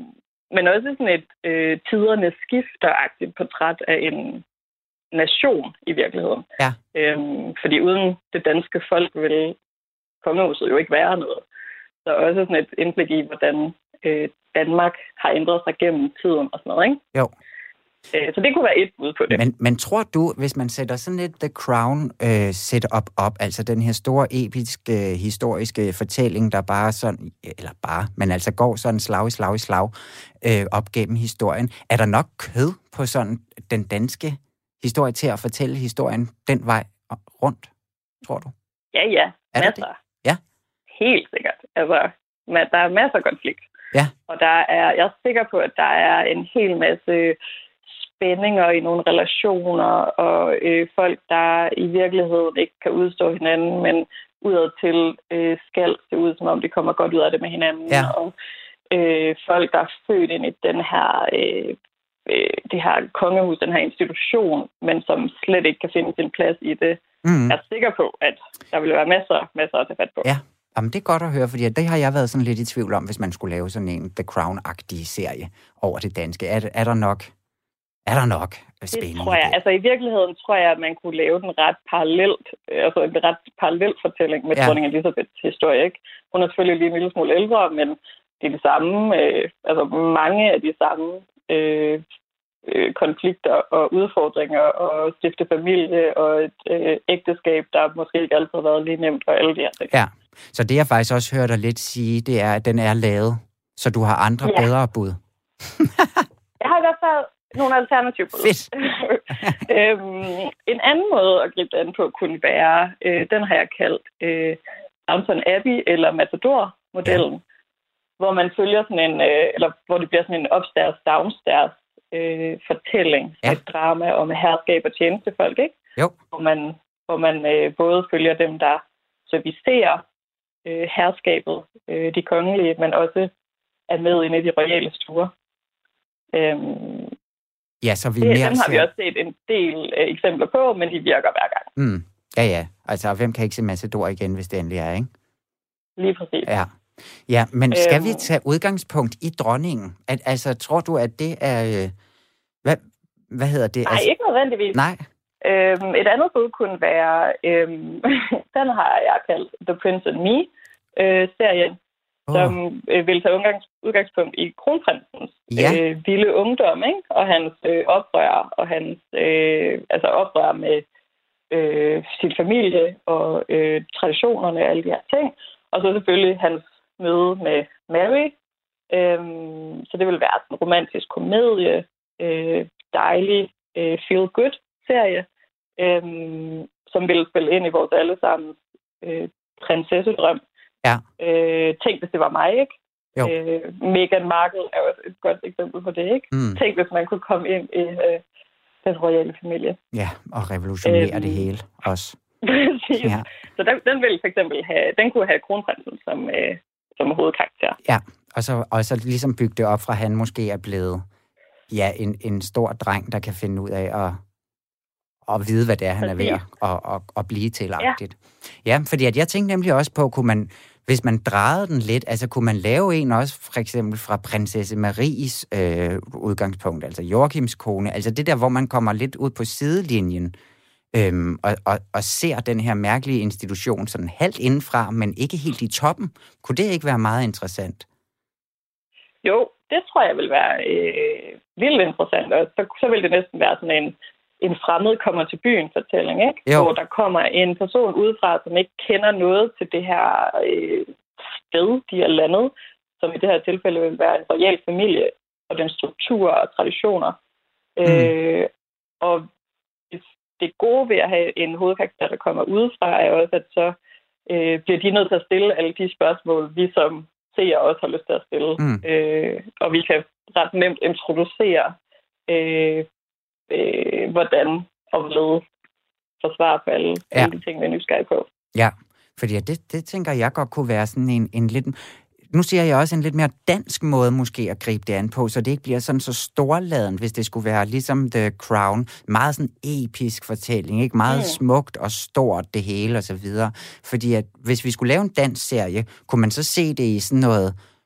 men også sådan et øh, tidernes skifteragtigt portræt af en nation i virkeligheden. Ja. Øhm, fordi uden det danske folk ville kongehuset jo ikke være noget. Så også sådan et indblik i, hvordan øh, Danmark har ændret sig gennem tiden og sådan noget, ikke? Jo. Øh, så det kunne være et bud på det. Men, men tror du, hvis man sætter sådan et The Crown øh, setup op, altså den her store, episke, øh, historiske fortælling, der bare sådan, eller bare, men altså går sådan slag i slag i slag øh, op gennem historien, er der nok kød på sådan den danske historie til at fortælle historien den vej rundt, tror du? Ja, ja. Er masser. det? Ja. Helt sikkert. Altså, der er masser af konflikt. Ja. Og der er, jeg er sikker på, at der er en hel masse spændinger i nogle relationer, og øh, folk, der i virkeligheden ikke kan udstå hinanden, men udadtil øh, skal se ud, som om de kommer godt ud af det med hinanden. Ja. Og øh, folk, der er født ind i den her, øh, øh, det her kongehus, den her institution, men som slet ikke kan finde sin plads i det. Mm. Jeg er sikker på, at der vil være masser, masser at tage fat på. Ja. Jamen, det er godt at høre, fordi det har jeg været sådan lidt i tvivl om, hvis man skulle lave sådan en The Crown-agtig serie over det danske. Er, er der nok er der nok spændende? Det tror jeg. Altså i virkeligheden tror jeg, at man kunne lave den ret parallelt, altså en ret parallel fortælling med ja. dronning Elizabeths historie, ikke? Hun er selvfølgelig lige en lille smule ældre, men det er de samme, øh, altså mange af de samme øh, øh, konflikter og udfordringer og stifte familie og et øh, ægteskab, der måske ikke altid har været lige nemt og alle de her ting. Ja. Så det, jeg faktisk også hørte dig lidt sige, det er, at den er lavet, så du har andre ja. bedre bud. Jeg har i hvert fald nogle alternative bud. Fedt. øhm, en anden måde at gribe det an på kunne være, øh, den har jeg kaldt øh, Downton Abbey eller Matador-modellen, ja. hvor man følger sådan en, øh, eller hvor det bliver sådan en upstairs-downstairs øh, fortælling, ja. et drama om herskab og tjenestefolk, ikke? Jo. Hvor man, hvor man øh, både følger dem, der servicerer øh, herskabet, øh, de kongelige, men også er med inde i de royale stuer. Øhm, ja, så vi det, mere dem har ser... vi også set en del øh, eksempler på, men de virker hver gang. Mm. Ja, ja. Altså, hvem kan ikke se Matador igen, hvis det endelig er, ikke? Lige præcis. Ja. Ja, men skal øhm, vi tage udgangspunkt i dronningen? At, altså, tror du, at det er... Øh, hvad, hvad hedder det? Nej, altså... ikke nødvendigvis. Nej. Øhm, et andet bud kunne være, øhm, den har jeg kaldt The Prince and Me-serien, øh, oh. som øh, vil tage udgangs, udgangspunkt i kronprinsens ja. øh, vilde ungdom, ikke? Og hans øh, oprør, og hans øh, altså oprør med øh, sin familie og øh, traditionerne og alle de her ting. Og så selvfølgelig hans møde med Mary. Øhm, så det vil være en romantisk komedie, øh, dejlig øh, feel-good-serie, Øhm, som ville spille ind i vores allesammens øh, prinsessedrøm. Ja. Øh, tænk, hvis det var mig, ikke? Jo. Øh, Meghan Markle er jo et godt eksempel på det, ikke? Mm. Tænk, hvis man kunne komme ind i øh, den royale familie. Ja, og revolutionere øhm, det hele også. Præcis. Ja. Så den, den ville for eksempel have, den kunne have kronprinsen som, øh, som hovedkarakter. Ja, og så, og så ligesom bygge det op fra, han måske er blevet ja, en, en stor dreng, der kan finde ud af at og vide, hvad det er, han er ved at, at, at, at blive til-agtigt. Ja. ja, fordi at jeg tænkte nemlig også på, kunne man, hvis man drejede den lidt, altså kunne man lave en også, for eksempel fra prinsesse Maries øh, udgangspunkt, altså Joachims kone, altså det der, hvor man kommer lidt ud på sidelinjen, øhm, og, og, og ser den her mærkelige institution sådan halvt indenfra, men ikke helt i toppen. Kunne det ikke være meget interessant? Jo, det tror jeg vil være øh, vildt interessant, og så, så vil det næsten være sådan en en fremmed kommer til byen fortælling, ikke? Jo. Hvor der kommer en person udefra, som ikke kender noget til det her øh, sted, de er landet, som i det her tilfælde vil være en royal familie, og den struktur og traditioner. Mm. Øh, og det gode ved at have en hovedkarakter, der kommer udefra, er også, at så øh, bliver de nødt til at stille alle de spørgsmål, vi som seere også har lyst til at stille. Mm. Øh, og vi kan ret nemt introducere øh, Øh, hvordan og hvorledes forsvare på alle, ja. alle de ting, vi er nysgerrige på. Ja, fordi det, det tænker jeg godt kunne være sådan en, en lidt... Nu siger jeg også en lidt mere dansk måde måske at gribe det an på, så det ikke bliver sådan så storladent, hvis det skulle være ligesom The Crown. Meget sådan episk fortælling, ikke? Meget mm. smukt og stort det hele og så videre. Fordi at hvis vi skulle lave en dansk serie, kunne man så se det i sådan noget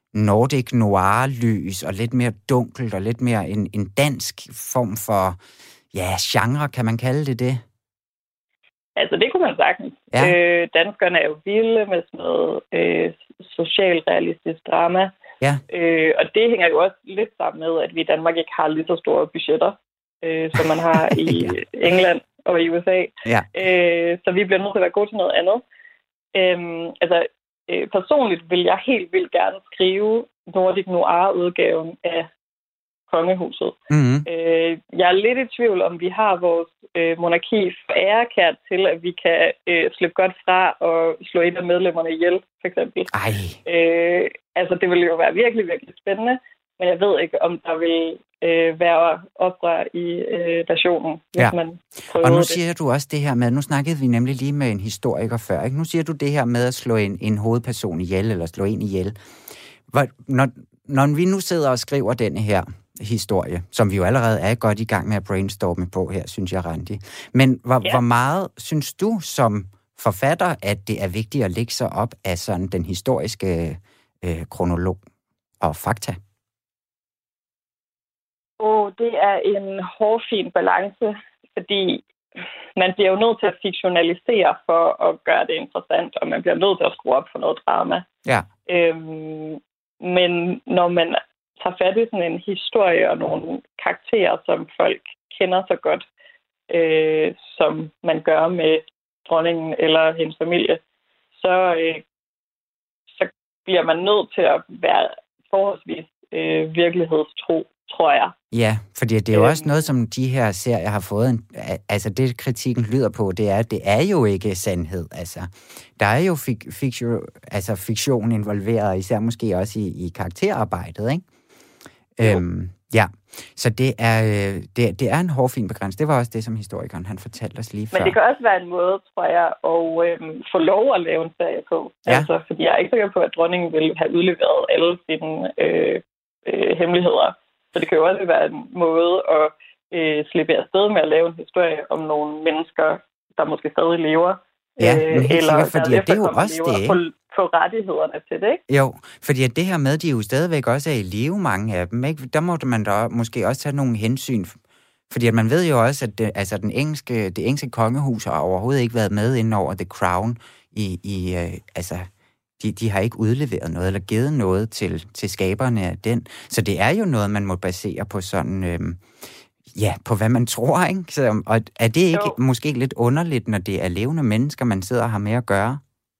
Nordic noir-lys, og lidt mere dunkelt, og lidt mere en, en dansk form for, ja, genre, kan man kalde det det? Altså, det kunne man sagtens. Ja. Øh, danskerne er jo vilde med sådan noget øh, socialrealistisk drama. Ja. Øh, og det hænger jo også lidt sammen med, at vi i Danmark ikke har lige så store budgetter, øh, som man har i ja. England og i U S A. Ja. Øh, så vi bliver nødt til at være gode til noget andet. Øh, altså, øh, personligt vil jeg helt vildt gerne skrive Nordic Noir-udgaven af Kongehuset. Mm-hmm. Øh, jeg er lidt i tvivl, om vi har vores øh, monarki for ærekært til, at vi kan øh, slippe godt fra og slå et af medlemmerne ihjel, for eksempel. Ej. Øh, altså, det ville jo være virkelig, virkelig spændende, men jeg ved ikke, om der vil øh, være oprør i øh, nationen, hvis ja. man prøver Og nu det. siger du også det her med, nu snakkede vi nemlig lige med en historiker før, ikke? Nu siger du det her med at slå en, en hovedperson ihjel, eller slå en ihjel. Hvor, når, når vi nu sidder og skriver denne her historie, som vi jo allerede er godt i gang med at brainstorme på her, synes jeg, Randi. Men hvor, ja. hvor meget synes du som forfatter, at det er vigtigt at lægge sig op af sådan den historiske øh, kronolog og fakta? Og det er en hårfin balance, fordi man bliver jo nødt til at fiktionalisere for at gøre det interessant, og man bliver nødt til at skrue op for noget drama. Ja. Øhm, men når man tager fat i sådan en historie og nogle karakterer, som folk kender så godt, øh, som man gør med dronningen eller hendes familie, så, øh, så bliver man nødt til at være forholdsvis øh, virkelighedstro, tror jeg. Ja, fordi det er jo øhm. også noget, som de her serier har fået, en, altså det kritikken lyder på, det er, at det er jo ikke sandhed. Altså, der er jo fik, fiktion, altså fiktion involveret, især måske også i, i karakterarbejdet, ikke? Øhm, ja, så det er, det, det er en hårfin begrænsning. Det var også det, som historikeren han fortalte os lige før. Men det kan også være en måde, tror jeg, at øhm, få lov at lave en serie på. Ja. Altså, fordi jeg er ikke sikker på, at dronningen ville have udleveret alle sine øh, øh, hemmeligheder. Så det kan jo også være en måde at øh, slippe afsted med at lave en historie om nogle mennesker, der måske stadig lever. Ja, men helt eller sikkert, fordi det er jo også det, ikke? Få, få rettighederne til det, ikke? Jo, fordi at det her med, de jo stadigvæk også er i live, mange af dem, ikke? Der må man da måske også tage nogle hensyn. Fordi at man ved jo også, at det, altså den engelske, det engelske kongehus har overhovedet ikke været med ind over The Crown. I, i, øh, altså, de, de har ikke udleveret noget, eller givet noget til, til skaberne af den. Så det er jo noget, man må basere på sådan... Øh, Ja, på hvad man tror, ikke? Så, og er det ikke jo. Måske lidt underligt, når det er levende mennesker, man sidder og har med at gøre?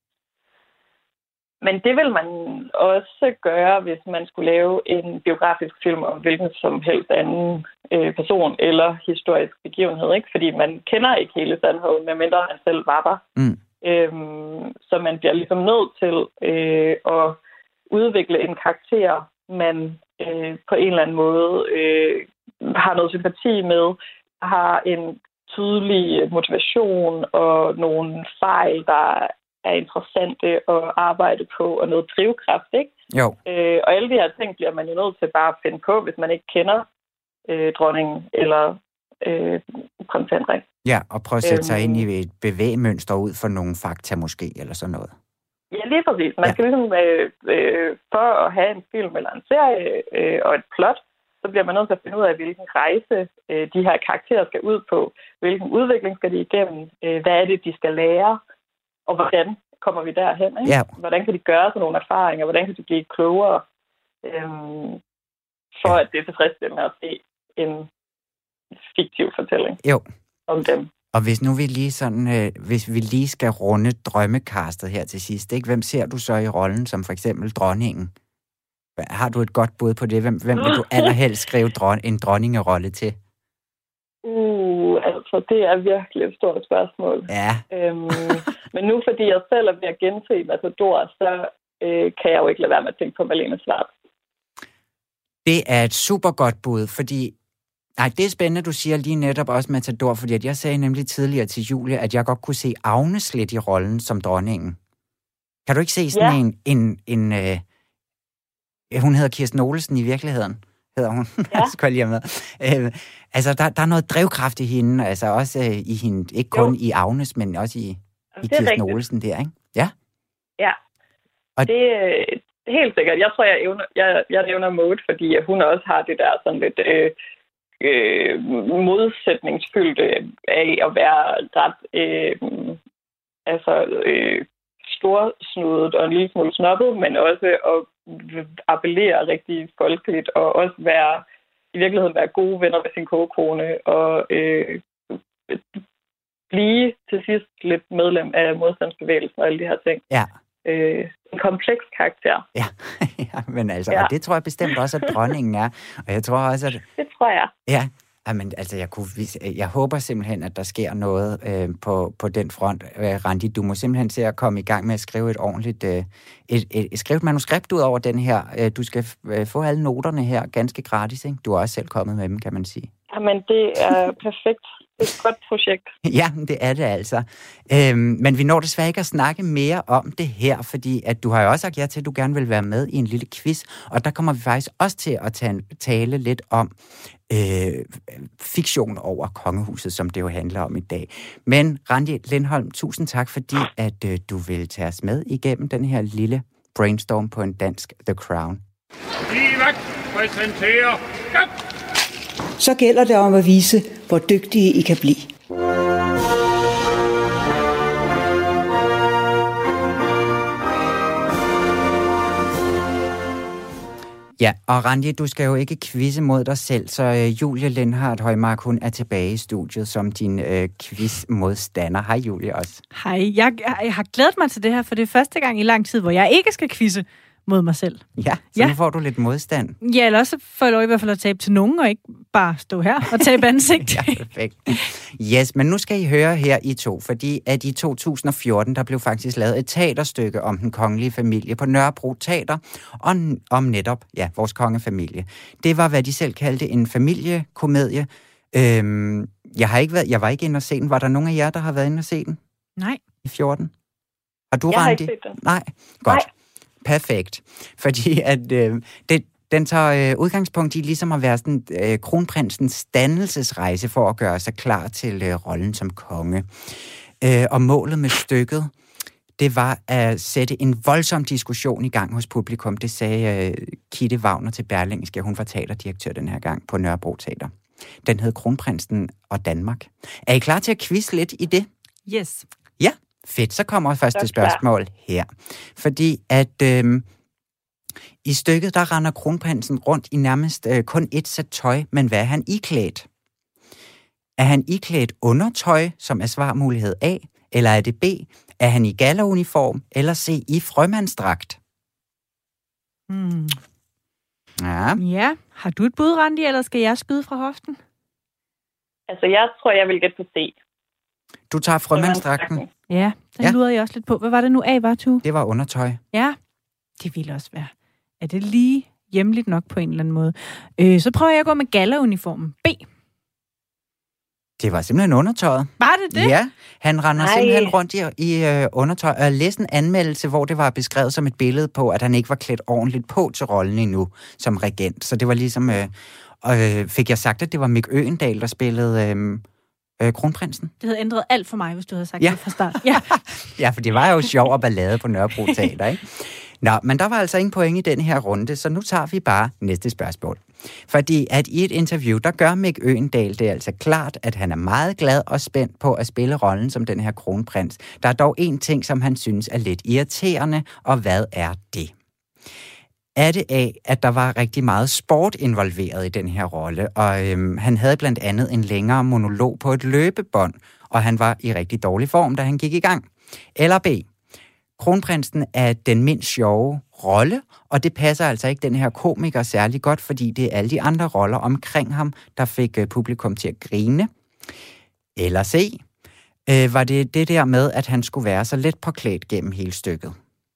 Men det vil man også gøre, hvis man skulle lave en biografisk film om hvilken som helst anden øh, person eller historisk begivenhed, ikke? Fordi man kender ikke hele sandheden, medmindre man selv var der. Mm. Øhm, så man bliver ligesom nødt til øh, at udvikle en karakter, man øh, på en eller anden måde... Øh, har noget sympati med, har en tydelig motivation og nogle fejl, der er interessante at arbejde på, og noget drivkraft, ikke? Jo. Øh, og alle de her ting bliver man jo nødt til bare at finde på, hvis man ikke kender øh, dronningen eller øh, prins Henrik. Ja, og prøve at sætte sig øhm, ind i et bevægmønster ud for nogle fakta måske, eller sådan noget. Ja, lige præcis. Man ja. skal ligesom, øh, øh, for at have en film eller en serie øh, og et plot, så bliver man nødt til at finde ud af, hvilken rejse øh, de her karakterer skal ud på. Hvilken udvikling skal de igennem? Øh, hvad er det, de skal lære? Og hvordan kommer vi derhen? Ikke? Ja. Hvordan kan de gøre sådan nogle erfaringer? Hvordan kan de blive klogere? Øh, for ja. at det er tilfredsstillende at se en fiktiv fortælling jo. om dem. Og hvis nu vi lige sådan, øh, hvis vi lige skal runde drømmekastet her til sidst, ikke? Hvem ser du så i rollen som for eksempel dronningen? Har du et godt bud på det? Hvem, hvem vil du allerhelst skrive dron- en dronningerolle til? Uh, altså, det er virkelig et stort spørgsmål. Ja. Øhm, men nu, fordi jeg selv er ved at gense Matador, så øh, kan jeg jo ikke lade være med at tænke på Malene Schwartz. Det er et super godt bud, fordi... Nej, det er spændende, du siger lige netop også Matador, fordi at jeg sagde nemlig tidligere til Julie, at jeg godt kunne se Agnes lidt i rollen som dronningen. Kan du ikke se sådan ja. en... en, en øh, hun hedder Kirsten Olesen i virkeligheden, hedder hun. Ja. Skal jeg med. Øh, altså, der, der er noget drivkraft i hende, altså også øh, i hende, ikke kun jo. i Agnes, men også i, i Kirsten rigtigt. Olesen der, ikke? Ja. Ja. Og det, helt sikkert. Jeg tror, jeg, evner, jeg, jeg nævner Maud, fordi hun også har det der sådan lidt øh, øh, modsætningsfyldte af at være ret øh, altså, øh, storsnudet og en lille smule snobbet, men også at appellere rigtig folkeligt og også være i virkeligheden være gode venner med sin kogekone og øh, blive til sidst lidt medlem af modstandsbevægelsen og alle de her ting. Ja. Øh, en kompleks karakter. Ja, ja men altså, ja. Og det tror jeg bestemt også, at dronningen er. Og jeg tror også, at... Det tror jeg. Ja, men altså, jeg, kunne, jeg håber simpelthen, at der sker noget øh, på, på den front. Øh, Randi, du må simpelthen se at komme i gang med at skrive et ordentligt... Øh, et, et, et, skrive et manuskript ud over den her. Øh, du skal øh, få alle noterne her ganske gratis, ikke? Du er også selv kommet med dem, kan man sige. Jamen, det er perfekt. Det er et godt projekt. Ja, det er det altså. Øhm, men vi når desværre ikke at snakke mere om det her, fordi at du har jo også sagt ja til, at du gerne vil være med i en lille quiz, og der kommer vi faktisk også til at tage, tale lidt om øh, fiktion over kongehuset, som det jo handler om i dag. Men Randi Lindholm, tusind tak, fordi at øh, du vil tage os med igennem den her lille brainstorm på en dansk The Crown. Livet præsenterer... Så gælder det om at vise, hvor dygtige I kan blive. Ja, og Randi, du skal jo ikke quizze mod dig selv, så øh, Julie Lindhardt Højmark, hun er tilbage i studiet som din øh, quiz-modstander. Hej Julie også. Hej, jeg, jeg har glædet mig til det her, for det er første gang i lang tid, hvor jeg ikke skal quizze mod mig selv. Ja, så ja. Nu får du lidt modstand. Ja, eller også får jeg lov i hvert fald at tabe til nogen, og ikke bare stå her og tabe ansigt. Ja, perfekt. Yes, men nu skal I høre her i to, fordi at i to tusind og fjorten, der blev faktisk lavet et teaterstykke om den kongelige familie på Nørrebro Teater, og om netop, ja, vores kongefamilie. Det var, hvad de selv kaldte en familiekomedie. Øhm, jeg, har ikke været, jeg var ikke inde og se den. Var der nogen af jer, der har været inde og se den? Nej. I fjorten? Har du, jeg Randi? har ikke set den. Nej, godt. Nej. Perfekt. Fordi at øh, det, den tager øh, udgangspunkt i ligesom at være sådan øh, kronprinsens dannelsesrejse for at gøre sig klar til øh, rollen som konge. Øh, og målet med stykket, det var at sætte en voldsom diskussion i gang hos publikum. Det sagde øh, Kitte Wagner til Berlingske. Hun var teaterdirektør den her gang på Nørrebro Teater. Den hed Kronprinsen og Danmark. Er I klar til at quizze lidt i det? Yes. Ja. Fedt, så kommer første spørgsmål her. Fordi at øh, i stykket, der render kronprinsen rundt i nærmest øh, kun et sæt tøj, men hvad er han iklædt? Er han iklædt undertøj, som er svarmulighed A, eller er det B? Er han i gallauniform, eller C, i frømandsdragt? Hmm. Ja. Ja, har du et bud, Randi, eller skal jeg skyde fra hoften? Altså, jeg tror, jeg vil gætte på C. Du tager frømandsdragten? Ja, den ja. lurer jeg også lidt på. Hvad var det nu, A var, tu? Det var undertøj. Ja, det ville også være. Er det lige hjemligt nok på en eller anden måde? Øh, så prøver jeg at gå med gallauniformen. B. Det var simpelthen undertøjet. Var det det? Ja, han render Ej. simpelthen rundt i, i uh, undertøj. Og jeg læste en anmeldelse, hvor det var beskrevet som et billede på, at han ikke var klædt ordentligt på til rollen endnu som regent. Så det var ligesom... Øh, øh, fik jeg sagt, at det var Mick Øgendahl, der spillede... Øh, Øh, kronprinsen. Det havde ændret alt for mig, hvis du havde sagt ja. det fra start. Ja. Ja, for det var jo sjov og ballade på Nørrebro Teater, ikke? Nå, men der var altså ingen point i den her runde, så nu tager vi bare næste spørgsmål. Fordi at i et interview, der gør Mick Øgendahl det altså klart, at han er meget glad og spændt på at spille rollen som den her kronprins. Der er dog en ting, som han synes er lidt irriterende, og hvad er det? Er det af, at der var rigtig meget sport involveret i den her rolle, og øhm, han havde blandt andet en længere monolog på et løbebånd, og han var i rigtig dårlig form, da han gik i gang. Eller B. Kronprinsen er den mindst sjove rolle, og det passer altså ikke den her komiker særlig godt, fordi det er alle de andre roller omkring ham, der fik øh, publikum til at grine. Eller C. Øh, var det det der med, at han skulle være så let påklædt gennem hele stykket?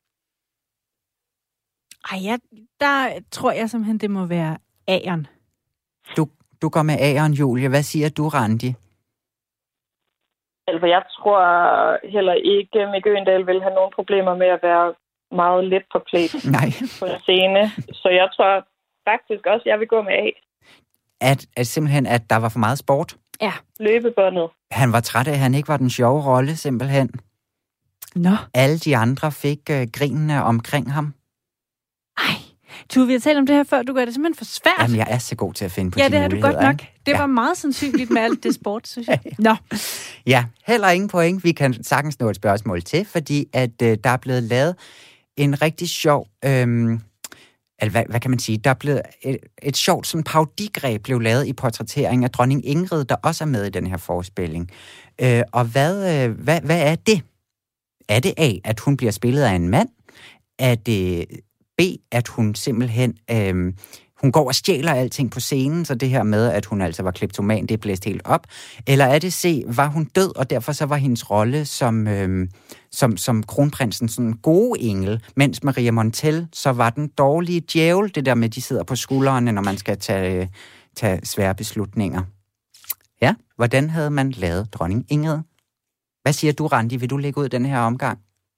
Ej, ja, der tror jeg simpelthen, det må være A'eren. Du, du går med A'eren, Julie. Hvad siger du, Randi? Altså, jeg tror heller ikke, at Mick Øgendahl vil have nogen problemer med at være meget let påklædt Nej. på en scene. Så jeg tror faktisk også, at jeg vil gå med A. At, at simpelthen, at der var for meget sport? Ja. Løbebåndet. Han var træt af, at han ikke var den sjove rolle, simpelthen. Nå. Alle de andre fik øh, grinene omkring ham. Ej, Tue, vi har talt om det her før. Du gør det simpelthen for svært. Jamen, jeg er så god til at finde på ja, de muligheder. Ja, det har du godt nok. Ikke? Det ja. var meget sandsynligt med alt det sport, synes jeg. Nå. Ja, heller ingen point. Vi kan sagtens nå et spørgsmål til, fordi at øh, der er blevet lavet en rigtig sjov... Øh, altså, hvad, hvad kan man sige? Der er blevet et, et sjovt sådan parodigreb blev lavet i portrættering af dronning Ingrid, der også er med i den her forespilling. Øh, og hvad, øh, hvad, hvad er det? Er det A, at hun bliver spillet af en mand? Er det B, at hun simpelthen... Øh, hun går og stjæler alting på scenen, så det her med, at hun altså var kleptoman, det er blæst helt op. Eller er det C, var hun død, og derfor så var hendes rolle som, øh, som, som kronprinsen sådan en god engel, mens Maria Montel så var den dårlige djævel, det der med, de sidder på skuldrene, når man skal tage, tage svære beslutninger. Ja, hvordan havde man lavet dronning Ingrid? Hvad siger du, Randi? Vil du lægge ud den her omgang?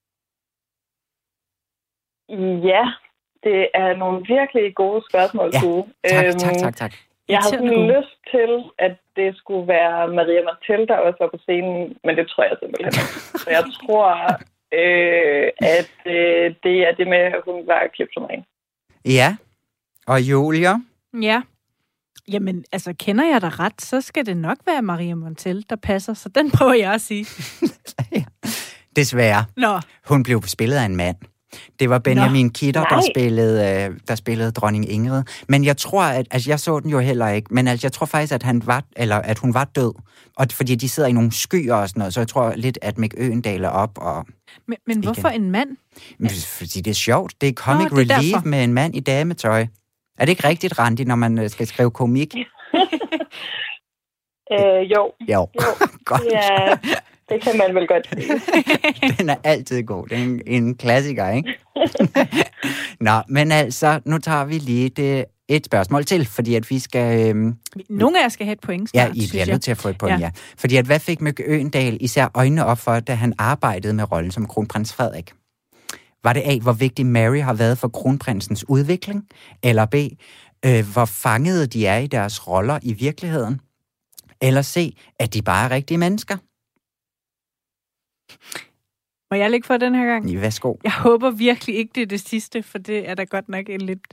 Ja, det er nogle virkelig gode spørgsmål, ja, Tue. tak, øhm, tak, tak, tak. Jeg har sådan lyst til, at det skulle være Maria Montel, der også var på scenen, men det tror jeg simpelthen ikke. Så jeg tror, øh, at øh, det er det med, at hun var kleptoman. Ja, og Julia? Ja. Jamen, altså, kender jeg dig ret, så skal det nok være Maria Montel, der passer, så den prøver jeg at sige. Desværre. Nå. Hun blev spillet af en mand. Det var Benjamin Nå, Kidder, der spillede, øh, der spillede dronning Ingrid. Men jeg tror, at altså, jeg så den jo heller ikke, men altså, jeg tror faktisk, at, han var, eller, at hun var død. Og fordi de sidder i nogle skyer og sådan noget, så jeg tror lidt, at Mick Øgendahl er op. Og men men hvorfor en mand? Men, fordi det er sjovt. Det er comic Nå, det er relief derfor. med en mand i dametøj. Er det ikke rigtigt, Randi, når man skal skrive komik? øh, jo. Jo, jo. godt. Ja, det kan man vel godt sige. Den er altid god. Det er en, en klassiker, ikke? Nå, men altså, nu tager vi lige det, et spørgsmål til, fordi at vi skal... Øhm, Nogle af jer skal have et point snart, ja, I bliver nødt til at få et point, ja. ja. Fordi at hvad fik Mick Øgendahl især øjnene op for, da han arbejdede med rollen som kronprins Frederik? Var det A, hvor vigtig Mary har været for kronprinsens udvikling? Eller B, øh, hvor fangede de er i deres roller i virkeligheden? Eller C, at de bare er rigtige mennesker? Må jeg lægge for den her gang? Ja, værsgo. Jeg håber virkelig ikke, det er det sidste, for det er da godt nok en lidt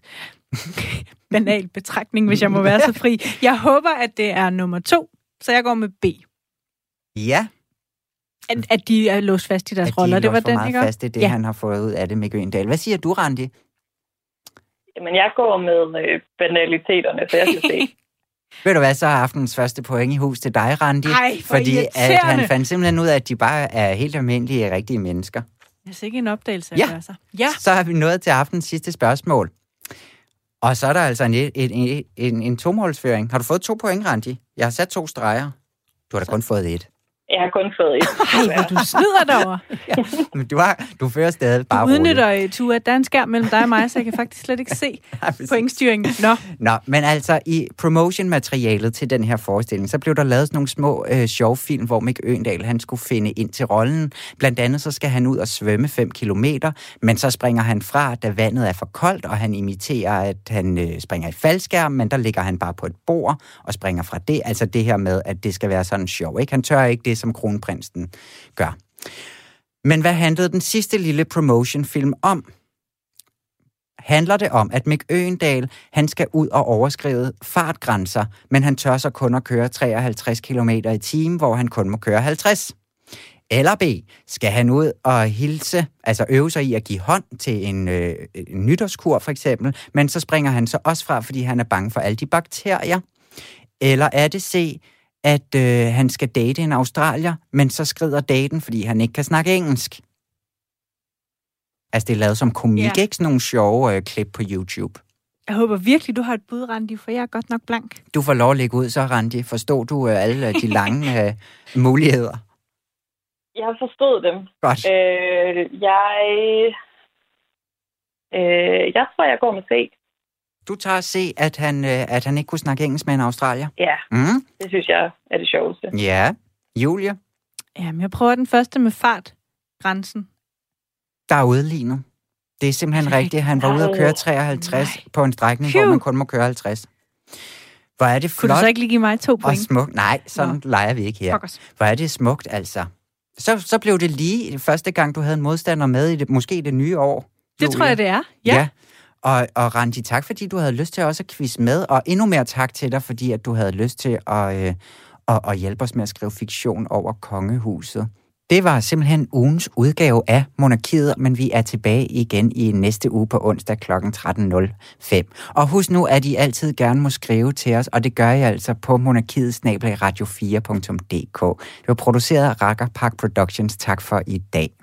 banal betragtning, hvis jeg må være så fri. Jeg håber, at det er nummer to, så jeg går med B. Ja. At, at de er låst fast i deres at roller, de det var for den, meget ikke? fast i det, ja. han har fået ud af det, Mick Øgendahl. Hvad siger du, Randi? Jamen, jeg går med øh, banaliteterne, så jeg skal se. Ved du hvad, så er aftenens første point i hus til dig, Randi. Ej, fordi at han fandt simpelthen ud af, at de bare er helt almindelige, rigtige mennesker. Jeg ser ikke en opdagelse ja. af sig. Ja, så er vi nået til aftenens sidste spørgsmål. Og så er der altså en, en, en, en, en tomålsføring. Har du fået to point, Randi? Jeg har sat to streger. Du har da kun fået et. Jeg har kun fået et. Ej, hvor du snyder derovre. ja, men du, har, du fører stadig bare roligt. Du udnytter, Tue, at der er en skærm mellem dig og mig, så jeg kan faktisk slet ikke se pointstyringen. Nå. Nå, men altså i promotion-materialet til den her forestilling, så blev der lavet sådan nogle små øh, sjovfilm, hvor Mick Øgendahl, han skulle finde ind til rollen. Blandt andet så skal han ud og svømme fem kilometer, men så springer han fra, da vandet er for koldt, og han imiterer, at han øh, springer i faldskærm, men der ligger han bare på et bord og springer fra det. Altså det her med, at det skal være sådan sjov, ikke? Han tør ikke det, som kronprinsen gør. Men hvad handlede den sidste lille promotion-film om? Handler det om, at Mick Øgendahl, han skal ud og overskride fartgrænser, men han tør så kun at køre treoghalvtreds kilometer i timen, hvor han kun må køre halvtreds? Eller B, skal han ud og hilse, altså øve sig i at give hånd til en, øh, en nytårskur for eksempel, men så springer han så også fra, fordi han er bange for alle de bakterier? Eller er det C, at øh, han skal date en australier, men så skrider daten, fordi han ikke kan snakke engelsk? Altså, det er lavet som komik, ja. Ikke sådan nogle sjove øh, klip på YouTube. Jeg håber virkelig, du har et bud, Randi, for jeg er godt nok blank. Du får lov at lægge ud så, Randi. Forstår du øh, alle øh, de lange øh, muligheder? Jeg har forstået dem. Godt. Øh, jeg, øh, jeg tror, jeg går med C. Du tager at se, at han, øh, at han ikke kunne snakke engelsk med en australier? Ja, mm. det synes jeg er det sjoveste. Ja. Julia? Jamen, jeg prøver den første med fartgrænsen. Der er udlignet. Det er simpelthen Nej. rigtigt. Han var ude at køre treoghalvtreds Nej. På en strækning, Phew. Hvor man kun må køre halvtreds. Hvor er det flot. Kunne du så ikke lige give mig to point? Og smukt. Nej, sådan Nå. leger vi ikke her. Fokus. Hvor er det smukt, altså. Så, så blev det lige første gang, du havde en modstander med i det, måske det nye år. Det Julia. Tror jeg, det er. Ja. ja. Og, og Randi, tak fordi du havde lyst til også at quizze med, og endnu mere tak til dig, fordi at du havde lyst til at, øh, at, at hjælpe os med at skrive fiktion over kongehuset. Det var simpelthen ugens udgave af Monarkiet, men vi er tilbage igen i næste uge på onsdag klokken tretten nul fem. Og husk nu, at I altid gerne må skrive til os, og det gør I altså på monarkiet snabel-a radio fire punktum d k. Det var produceret af Rakker Park Productions. Tak for i dag.